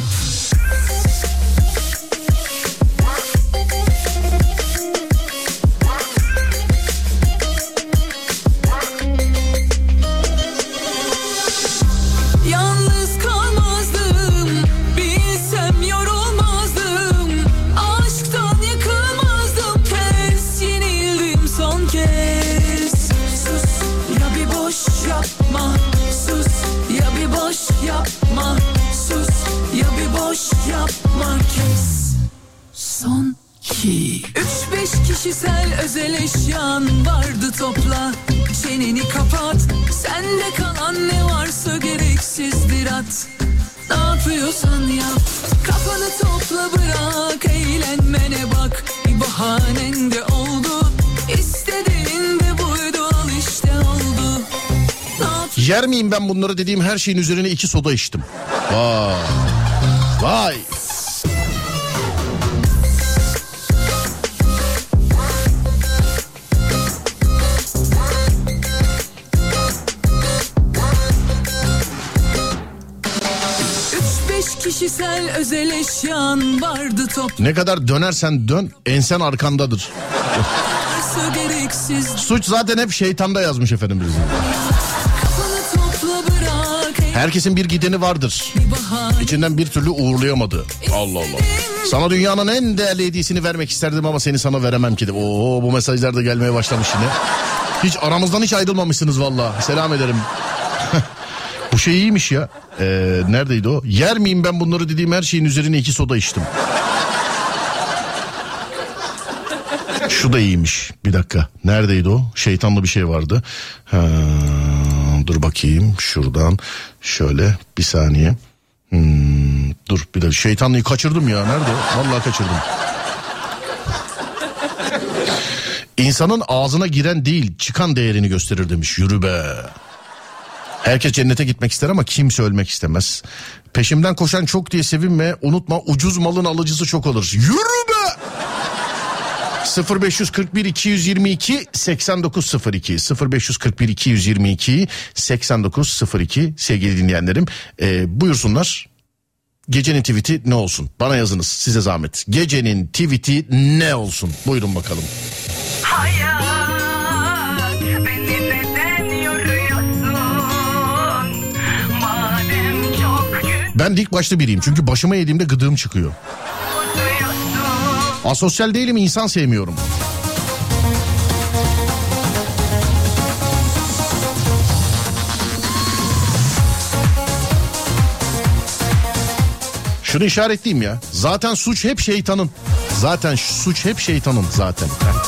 Yalnız kalmazdım, bilsem yorulmazdım. Aşktan yıkılmazdım, pes yenildim son kez. Sus ya bir boş yapma, sus ya bir boş yapma, sus ya bir boş yapma, kes. Son 2 3-5 kişisel özel eşyan vardı, topla. Çeneni kapat, sende kalan ne varsa gereksizdir at. Ne yapıyorsan yap. Kafanı topla, bırak eğlenmene bak. Bir bahanen de oldu, İstediğin de buydu, al işte oldu. Yer miyim ben bunları dediğim her şeyin üzerine 2 soda içtim. Vay. Vay. Kişisel özel eşyan vardı, top. Ne kadar dönersen dön, ensen arkandadır. Suç zaten hep şeytanda yazmış efendim bizim. Herkesin bir gideni vardır. İçinden bir türlü uğurlayamadı. Allah Allah. Sana dünyanın en değerli hediyesini vermek isterdim ama seni sana veremem ki de. Oo, bu mesajlar da gelmeye başlamış yine. Hiç aramızdan hiç ayrılmamışsınız vallahi. Selam ederim. Bu şey iyiymiş ya. Neredeydi o? Yer miyim ben bunları dediğim her şeyin üzerine 2 soda içtim. Şu da iyiymiş. Bir dakika. Neredeydi o? Şeytanlı bir şey vardı. Dur bakayım. Şuradan. Şöyle. Bir saniye. Dur bir dakika. Şeytanlıyı kaçırdım ya. Nerede o? Vallahi kaçırdım. İnsanın ağzına giren değil, çıkan değerini gösterir demiş. Yürü be. Herkes cennete gitmek ister ama kimse ölmek istemez. Peşimden koşan çok diye sevinme. Unutma, ucuz malın alıcısı çok olur. Yürü be. 0541 222 8902 0541 222 8902 sevgili dinleyenlerim, buyursunlar. Gecenin tweet'i ne olsun? Bana yazınız, size zahmet. Gecenin tweet'i ne olsun? Buyurun bakalım. Hayat beni neden yoruyorsun? Madem çok Ben de ilk başta biriyim çünkü başıma yediğimde gıdığım çıkıyor. Asosyal değilim, insan sevmiyorum. Şunu işaretleyeyim ya. Zaten suç hep şeytanın. Zaten suç hep şeytanın zaten.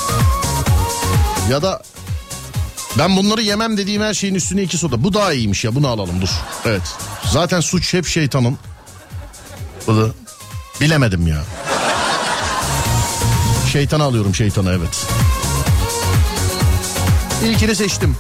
Ya da ben bunları yemem dediğim her şeyin üstüne 2 soda. Bu daha iyiymiş ya, bunu alalım dur. Evet. Zaten suç hep şeytanın. Bunu bilemedim ya. Şeytanı alıyorum, şeytanı, evet. İlkini seçtim.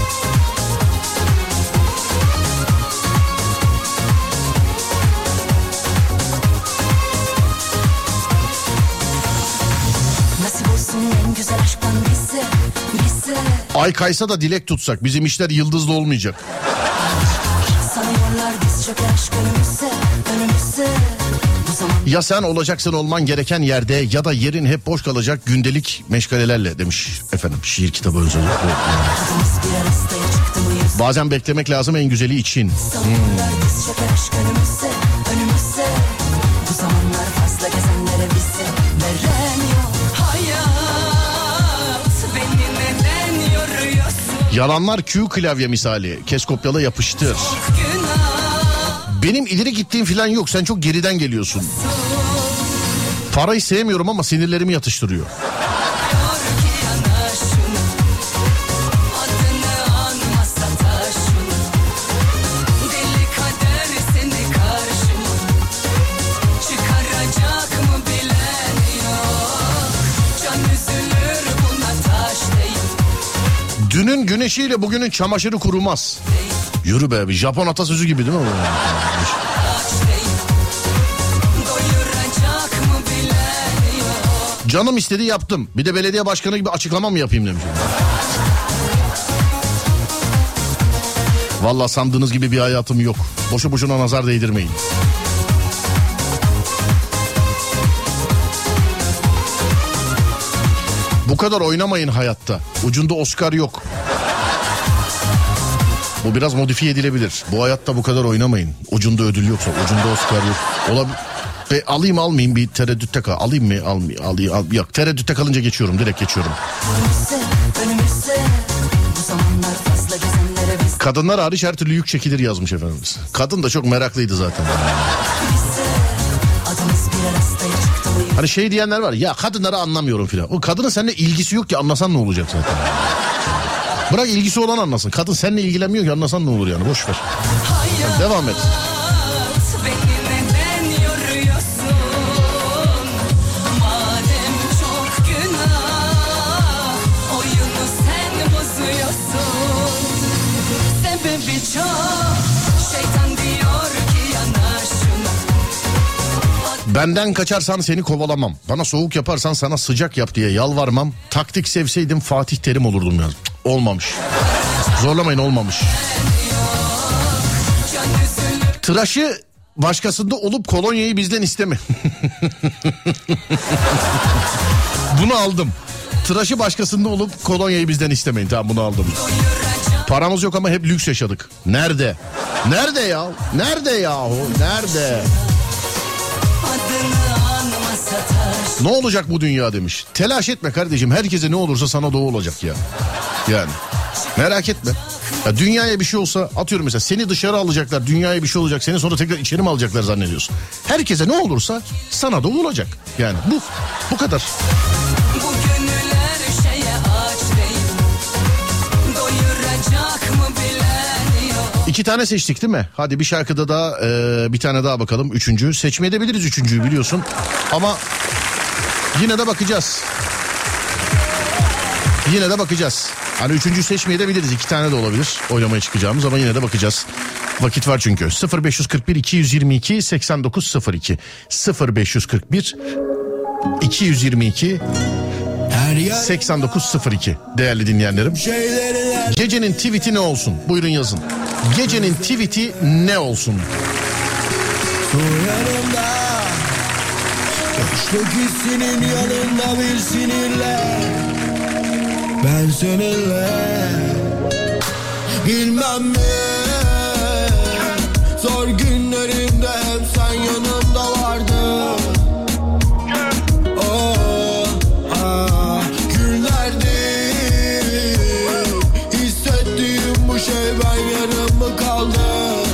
Ay kaysa da dilek tutsak, bizim işler yıldızlı olmayacak. Ya sen olacaksın olman gereken yerde ya da yerin hep boş kalacak gündelik meşgalelerle demiş efendim, şiir kitabı özeli. Bazen beklemek lazım en güzeli için. Yalanlar Q klavye misali. Kes kopyala yapıştır. Benim ileri gittiğim falan yok. Sen çok geriden geliyorsun. Parayı sevmiyorum ama sinirlerimi yatıştırıyor. Dünün güneşiyle bugünün çamaşırı kurumaz. Yürü be, bir Japon atasözü gibi değil mi? Canım istedi yaptım. Bir de belediye başkanı gibi açıklama mı yapayım demiş. Vallahi sandığınız gibi bir hayatım yok. Boşu boşuna nazar değdirmeyin. Bu kadar oynamayın hayatta. Ucunda Oscar yok. Bu biraz modifiye edilebilir. Bu hayatta bu kadar oynamayın. Ucunda ödül yoksa, ucunda Oscar yok. Alayım almayayım, bir tereddütte kal. Alayım mı alayım. Yok, tereddütte kalınca geçiyorum, direkt geçiyorum. Kadınlar hariç her türlü yük çekilir yazmış efendimiz. Kadın da çok meraklıydı zaten. Hani şey diyenler var ya, kadınları anlamıyorum filan. O kadının seninle ilgisi yok ki, anlasan ne olacak zaten. Bırak ilgisi olan anlasın. Kadın seninle ilgilenmiyor ki, anlasan ne olur yani, boş ver. Yani devam et. Benden kaçarsan seni kovalamam. Bana soğuk yaparsan sana sıcak yap diye yalvarmam. Taktik sevseydim Fatih Terim olurdum ya. Olmamış. Zorlamayın, olmamış. Tıraşı başkasında olup kolonyayı bizden isteme. Bunu aldım. Tıraşı başkasında olup kolonyayı bizden istemeyin. Tamam, bunu aldım. Paramız yok ama hep lüks yaşadık. Nerede? Nerede ya? Nerede yahu? Nerede? Ne olacak bu dünya demiş. Telaş etme kardeşim, herkese ne olursa sana da olacak ya. Yani merak etme. Ya dünyaya bir şey olsa, atıyorum mesela seni dışarı alacaklar, dünyaya bir şey olacak, seni sonra tekrar içeri mi alacaklar zannediyorsun. Herkese ne olursa sana da olacak. Yani bu kadar. Bu gönüle 2 tane seçtik değil mi? Hadi bir şarkıda da bir tane daha bakalım. 3. Seçmeyebiliriz 3.'ü biliyorsun. Ama yine de bakacağız. Yine de bakacağız. Hani 3. seçmeyebiliriz. 2 tane de olabilir oylamaya çıkacağımız ama yine de bakacağız. Vakit var çünkü. 0541 222 8902 0541 222 8902 değerli dinleyenlerim. Gecenin tweet'i ne olsun? Buyurun yazın. Gecenin tweet'i ne olsun? Senin yanında bir sinirle ben seninle bilmem mi? Zor günlerimde hep sen yanımda vardın. Oh, ah, günlerdir hissettiğim bu şey ben yarım mı kaldım?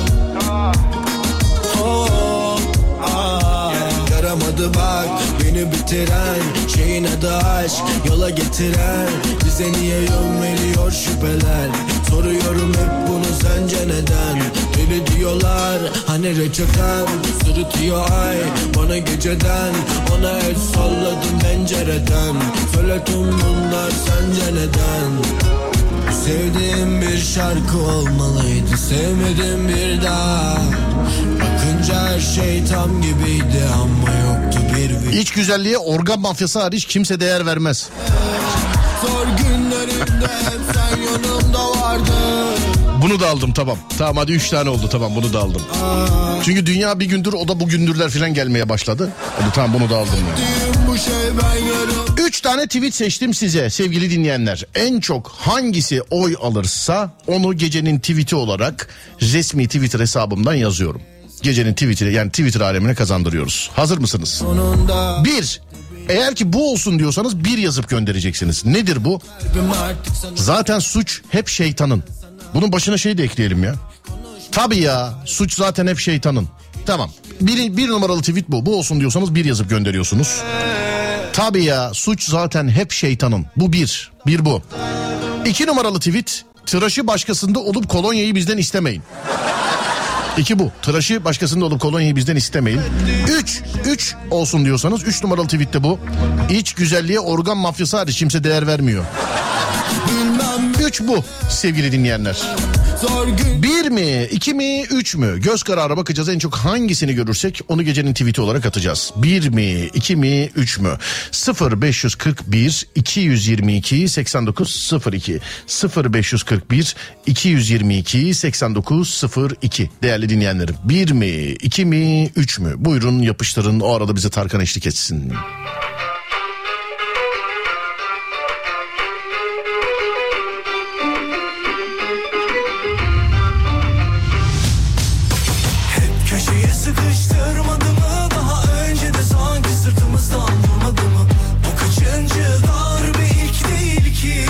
Oh, ah, yaramadı bak beni bitiren şeyin adı aşk, yola getiren bize niye yön veriyor şüpheler. Soruyorum hep bunu sence neden? Deli diyorlar hani reçeten, sırıtıyor ay bana geceden. Ona el salladım pencereden, söyle tüm bunlar sence neden? Sevdiğim bir şarkı olmalıydı, sevmedim bir daha. Bakınca her şey tam gibiydi ama yoktu bir İç güzelliğe organ mafyası hariç kimse değer vermez. Zor günlerimde hep sen yanımda vardın. Bunu da aldım tamam. Tamam hadi 3 tane oldu tamam bunu da aldım. Çünkü dünya bir gündür o da bugündürler falan gelmeye başladı. Hadi tamam bunu da aldım. Yani. 3 tane tweet seçtim size sevgili dinleyenler. En çok hangisi oy alırsa onu gecenin tweet'i olarak resmi Twitter hesabımdan yazıyorum. Gecenin tweet'i yani Twitter alemine kazandırıyoruz. Hazır mısınız? 1. Eğer ki bu olsun diyorsanız 1 yazıp göndereceksiniz. Nedir bu? Zaten suç hep şeytanın. Bunun başına şey de ekleyelim ya. Tabii ya suç zaten hep şeytanın. Tamam. Bir numaralı tweet bu. Bu olsun diyorsanız 1 yazıp gönderiyorsunuz. Tabii ya suç zaten hep şeytanın. Bu 1. 1 bu. 2 numaralı tweet. Tıraşı başkasında olup kolonyayı bizden istemeyin. 2 bu. Tıraşı başkasında olup kolonyayı bizden istemeyin. 3 olsun diyorsanız 3 numaralı tweette bu. İç güzelliğe organ mafyası hariç kimse değer vermiyor. 3 bu sevgili dinleyenler. 1 mi 2 mi 3 mü göz kararı bakacağız, en çok hangisini görürsek onu gecenin tweet'i olarak atacağız. 1 mi 2 mi 3 mü? 0541 222 8902 0541 222 8902 değerli dinleyenlerim. 1 mi 2 mi 3 mü? Buyurun yapıştırın, o arada bize Tarkan eşlik etsin. Sıkıştırmadı mı daha önce de sanki sırtımızdan vurmadı mı? Bu kaçıncı darbe ilk değil ki.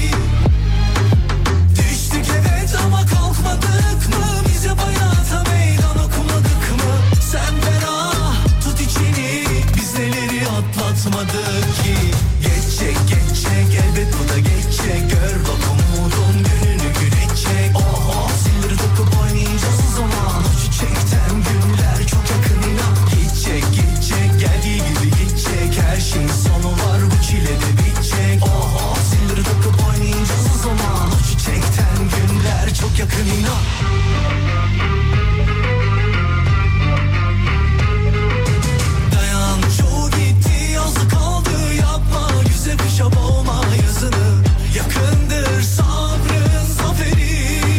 Düştük evet ama kalkmadık mı? Bize hayata meydan okumadık mı? Sen ferah tut içini, biz neleri atlatmadık ki. Geçecek elbet bu da geçecek. Gör bak umudun gününü güneşecek. Oha silleri dokup oynayacağız o zaman. O çiçekten günler çok yakın inan. Gidecek geldiği gibi gidecek. Her şeyin sonu var bu çile de bitecek. Oha silleri dokup oynayacağız o zaman. O çiçekten günler çok yakın inan. Dayan çoğu gitti yazı kaldı, yapma güzel kışa boğma yazını. Yakındır sabrın zaferi.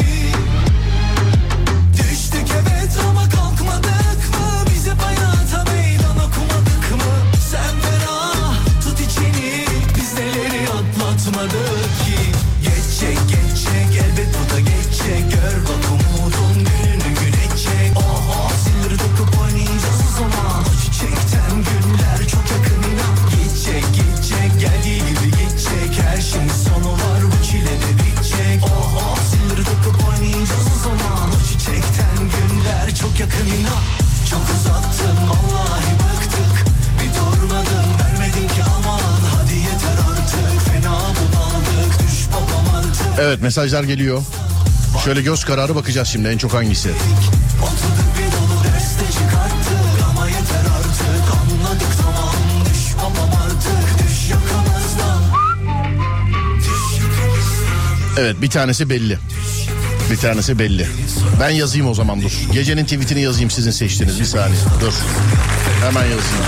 Düştük evet ama kalkmadık mı? Bize hayata meydan okumadık mı? Sen ferah tut içini, biz neleri atlatmadık ki. Geçecek elbet bu da geçecek. Gör bak umudun gününü güneşecek. Oha silleri dokup oynayacağız o zaman. O çiçekten günler çok yakın inan. Gidecek geldiği gibi gidecek. Her şeyin sonu var bu çile de bitecek. Oha silleri dokup oynayacağız o zaman. O çiçekten günler çok yakın inan. Çok uzattın vallahi bıktık. Bir durmadın vermedin ki aman. Hadi yeter artık fena bunaldık. Düş babam artık. Evet mesajlar geliyor. Şöyle göz kararı bakacağız şimdi en çok hangisi. Oturduk bir dolu derste çıkarttık ama yeter artık. Anladık tamam düş babam artık. Düş yakamızdan. Düş yakamızdan. Evet, bir tanesi belli. Bir tanesi belli. Ben yazayım o zaman, dur. Gecenin tweetini yazayım sizin seçtiğiniz, bir saniye. Dur. Hemen yazayım.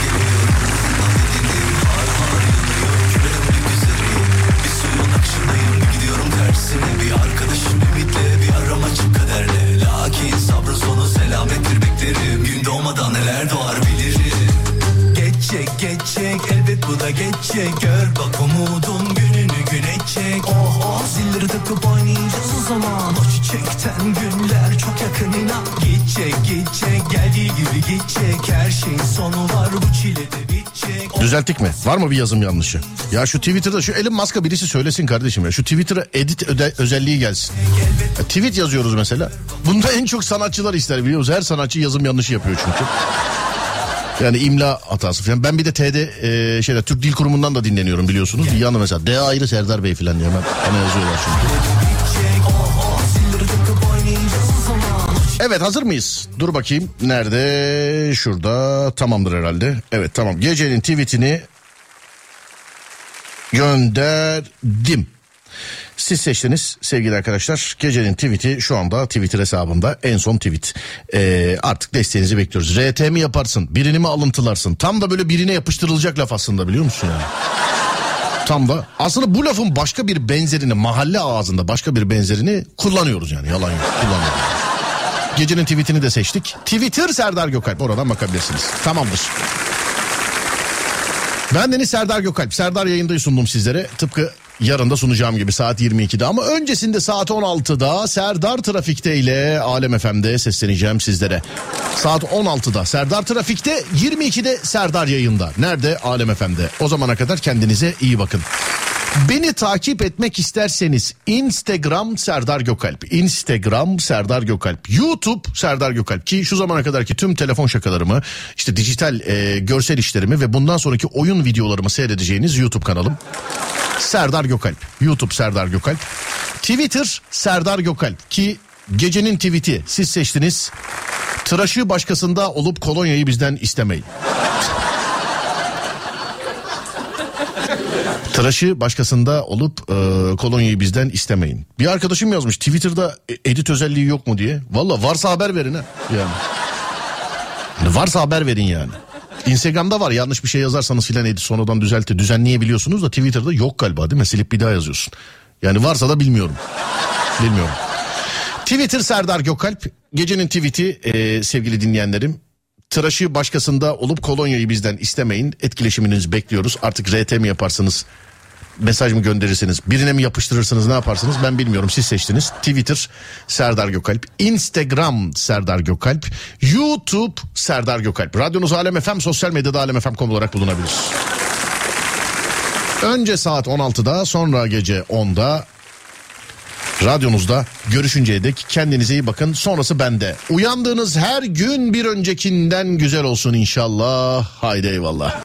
Bir arkadaşım ümitle, bir aram açık kaderle. Lakin sabrın sonu selamettir beklerim. Gün doğmadan neler doğar bilirim. Geçecek elbet bu da geçecek. Gör bak umudun gününü gün edecek. Oh zilleri takıp oynayacağız o zaman. O çiçekten günler çok yakın inan. Gidecek geldiği gibi gidecek. Her şeyin sonu var bu çilede bitecek. Düzelttik mi? Var mı bir yazım yanlışı? Ya şu Twitter'da şu Elon Musk'a birisi söylesin kardeşim ya. Şu Twitter'a edit özelliği gelsin. Ya, tweet yazıyoruz mesela. Bunda en çok sanatçılar ister, biliyor musunuz? Her sanatçı yazım yanlışı yapıyor çünkü. Yani imla hatası falan. Ben bir de Türk Dil Kurumu'ndan da dinleniyorum biliyorsunuz. Bir yanı mesela D ayrı Serdar Bey falan diye hemen bana yazıyorlar çünkü. Evet, hazır mıyız? Dur bakayım. Nerede? Şurada. Tamamdır herhalde. Evet, tamam. Gecenin tweetini gönderdim. Siz seçtiniz sevgili arkadaşlar. Gecenin tweeti şu anda Twitter hesabımda. En son tweet. Artık desteğinizi bekliyoruz. RT mi yaparsın? Birini mi alıntılarsın? Tam da böyle birine yapıştırılacak laf aslında, biliyor musun yani? Tam da. Aslında bu lafın başka bir benzerini, mahalle ağzında başka bir benzerini kullanıyoruz yani. Yalan yok. Kullanıyoruz. Gecenin tweetini de seçtik. Twitter Serdar Gökalp. Oradan bakabilirsiniz. Tamamdır. Bendeniz Serdar Gökalp. Serdar yayındayı sundum sizlere. Tıpkı yarın da sunacağım gibi saat 22'de. Ama öncesinde saat 16'da Serdar Trafik'te ile Alem FM'de sesleneceğim sizlere. Saat 16'da Serdar Trafik'te, 22'de Serdar yayında. Nerede? Alem FM'de. O zamana kadar kendinize iyi bakın. Beni takip etmek isterseniz Instagram Serdar Gökalp, Instagram Serdar Gökalp, YouTube Serdar Gökalp, ki şu zamana kadarki tüm telefon şakalarımı, işte dijital görsel işlerimi ve bundan sonraki oyun videolarımı seyredeceğiniz YouTube kanalım Serdar Gökalp, YouTube Serdar Gökalp, Twitter Serdar Gökalp, ki gecenin tweeti siz seçtiniz. Tıraşı başkasında olup kolonyayı bizden istemeyin. Tıraşı başkasında olup kolonyayı bizden istemeyin. Bir arkadaşım yazmış Twitter'da edit özelliği yok mu diye. Valla varsa haber verin ha. Yani varsa haber verin yani. Instagram'da var, yanlış bir şey yazarsanız filan edit sonradan düzenleyebiliyorsunuz da Twitter'da yok galiba, değil mi? Silip bir daha yazıyorsun. Yani varsa da bilmiyorum. Bilmiyorum. Twitter Serdar Gökalp, gecenin tweeti sevgili dinleyenlerim. Tıraşı başkasında olup kolonyayı bizden istemeyin. Etkileşiminizi bekliyoruz. Artık RT mi yaparsınız? Mesaj mı gönderirsiniz? Birine mi yapıştırırsınız? Ne yaparsınız? Ben bilmiyorum. Siz seçtiniz. Twitter Serdar Gökalp, Instagram Serdar Gökalp, YouTube Serdar Gökalp. Radyonuz Alem FM, sosyal medyada alemfm.com olarak bulunabilir. Önce saat 16'da, sonra gece 10'da radyonuzda görüşünceye dek kendinize iyi bakın. Sonrası bende. Uyandığınız her gün bir öncekinden güzel olsun inşallah. Haydi eyvallah.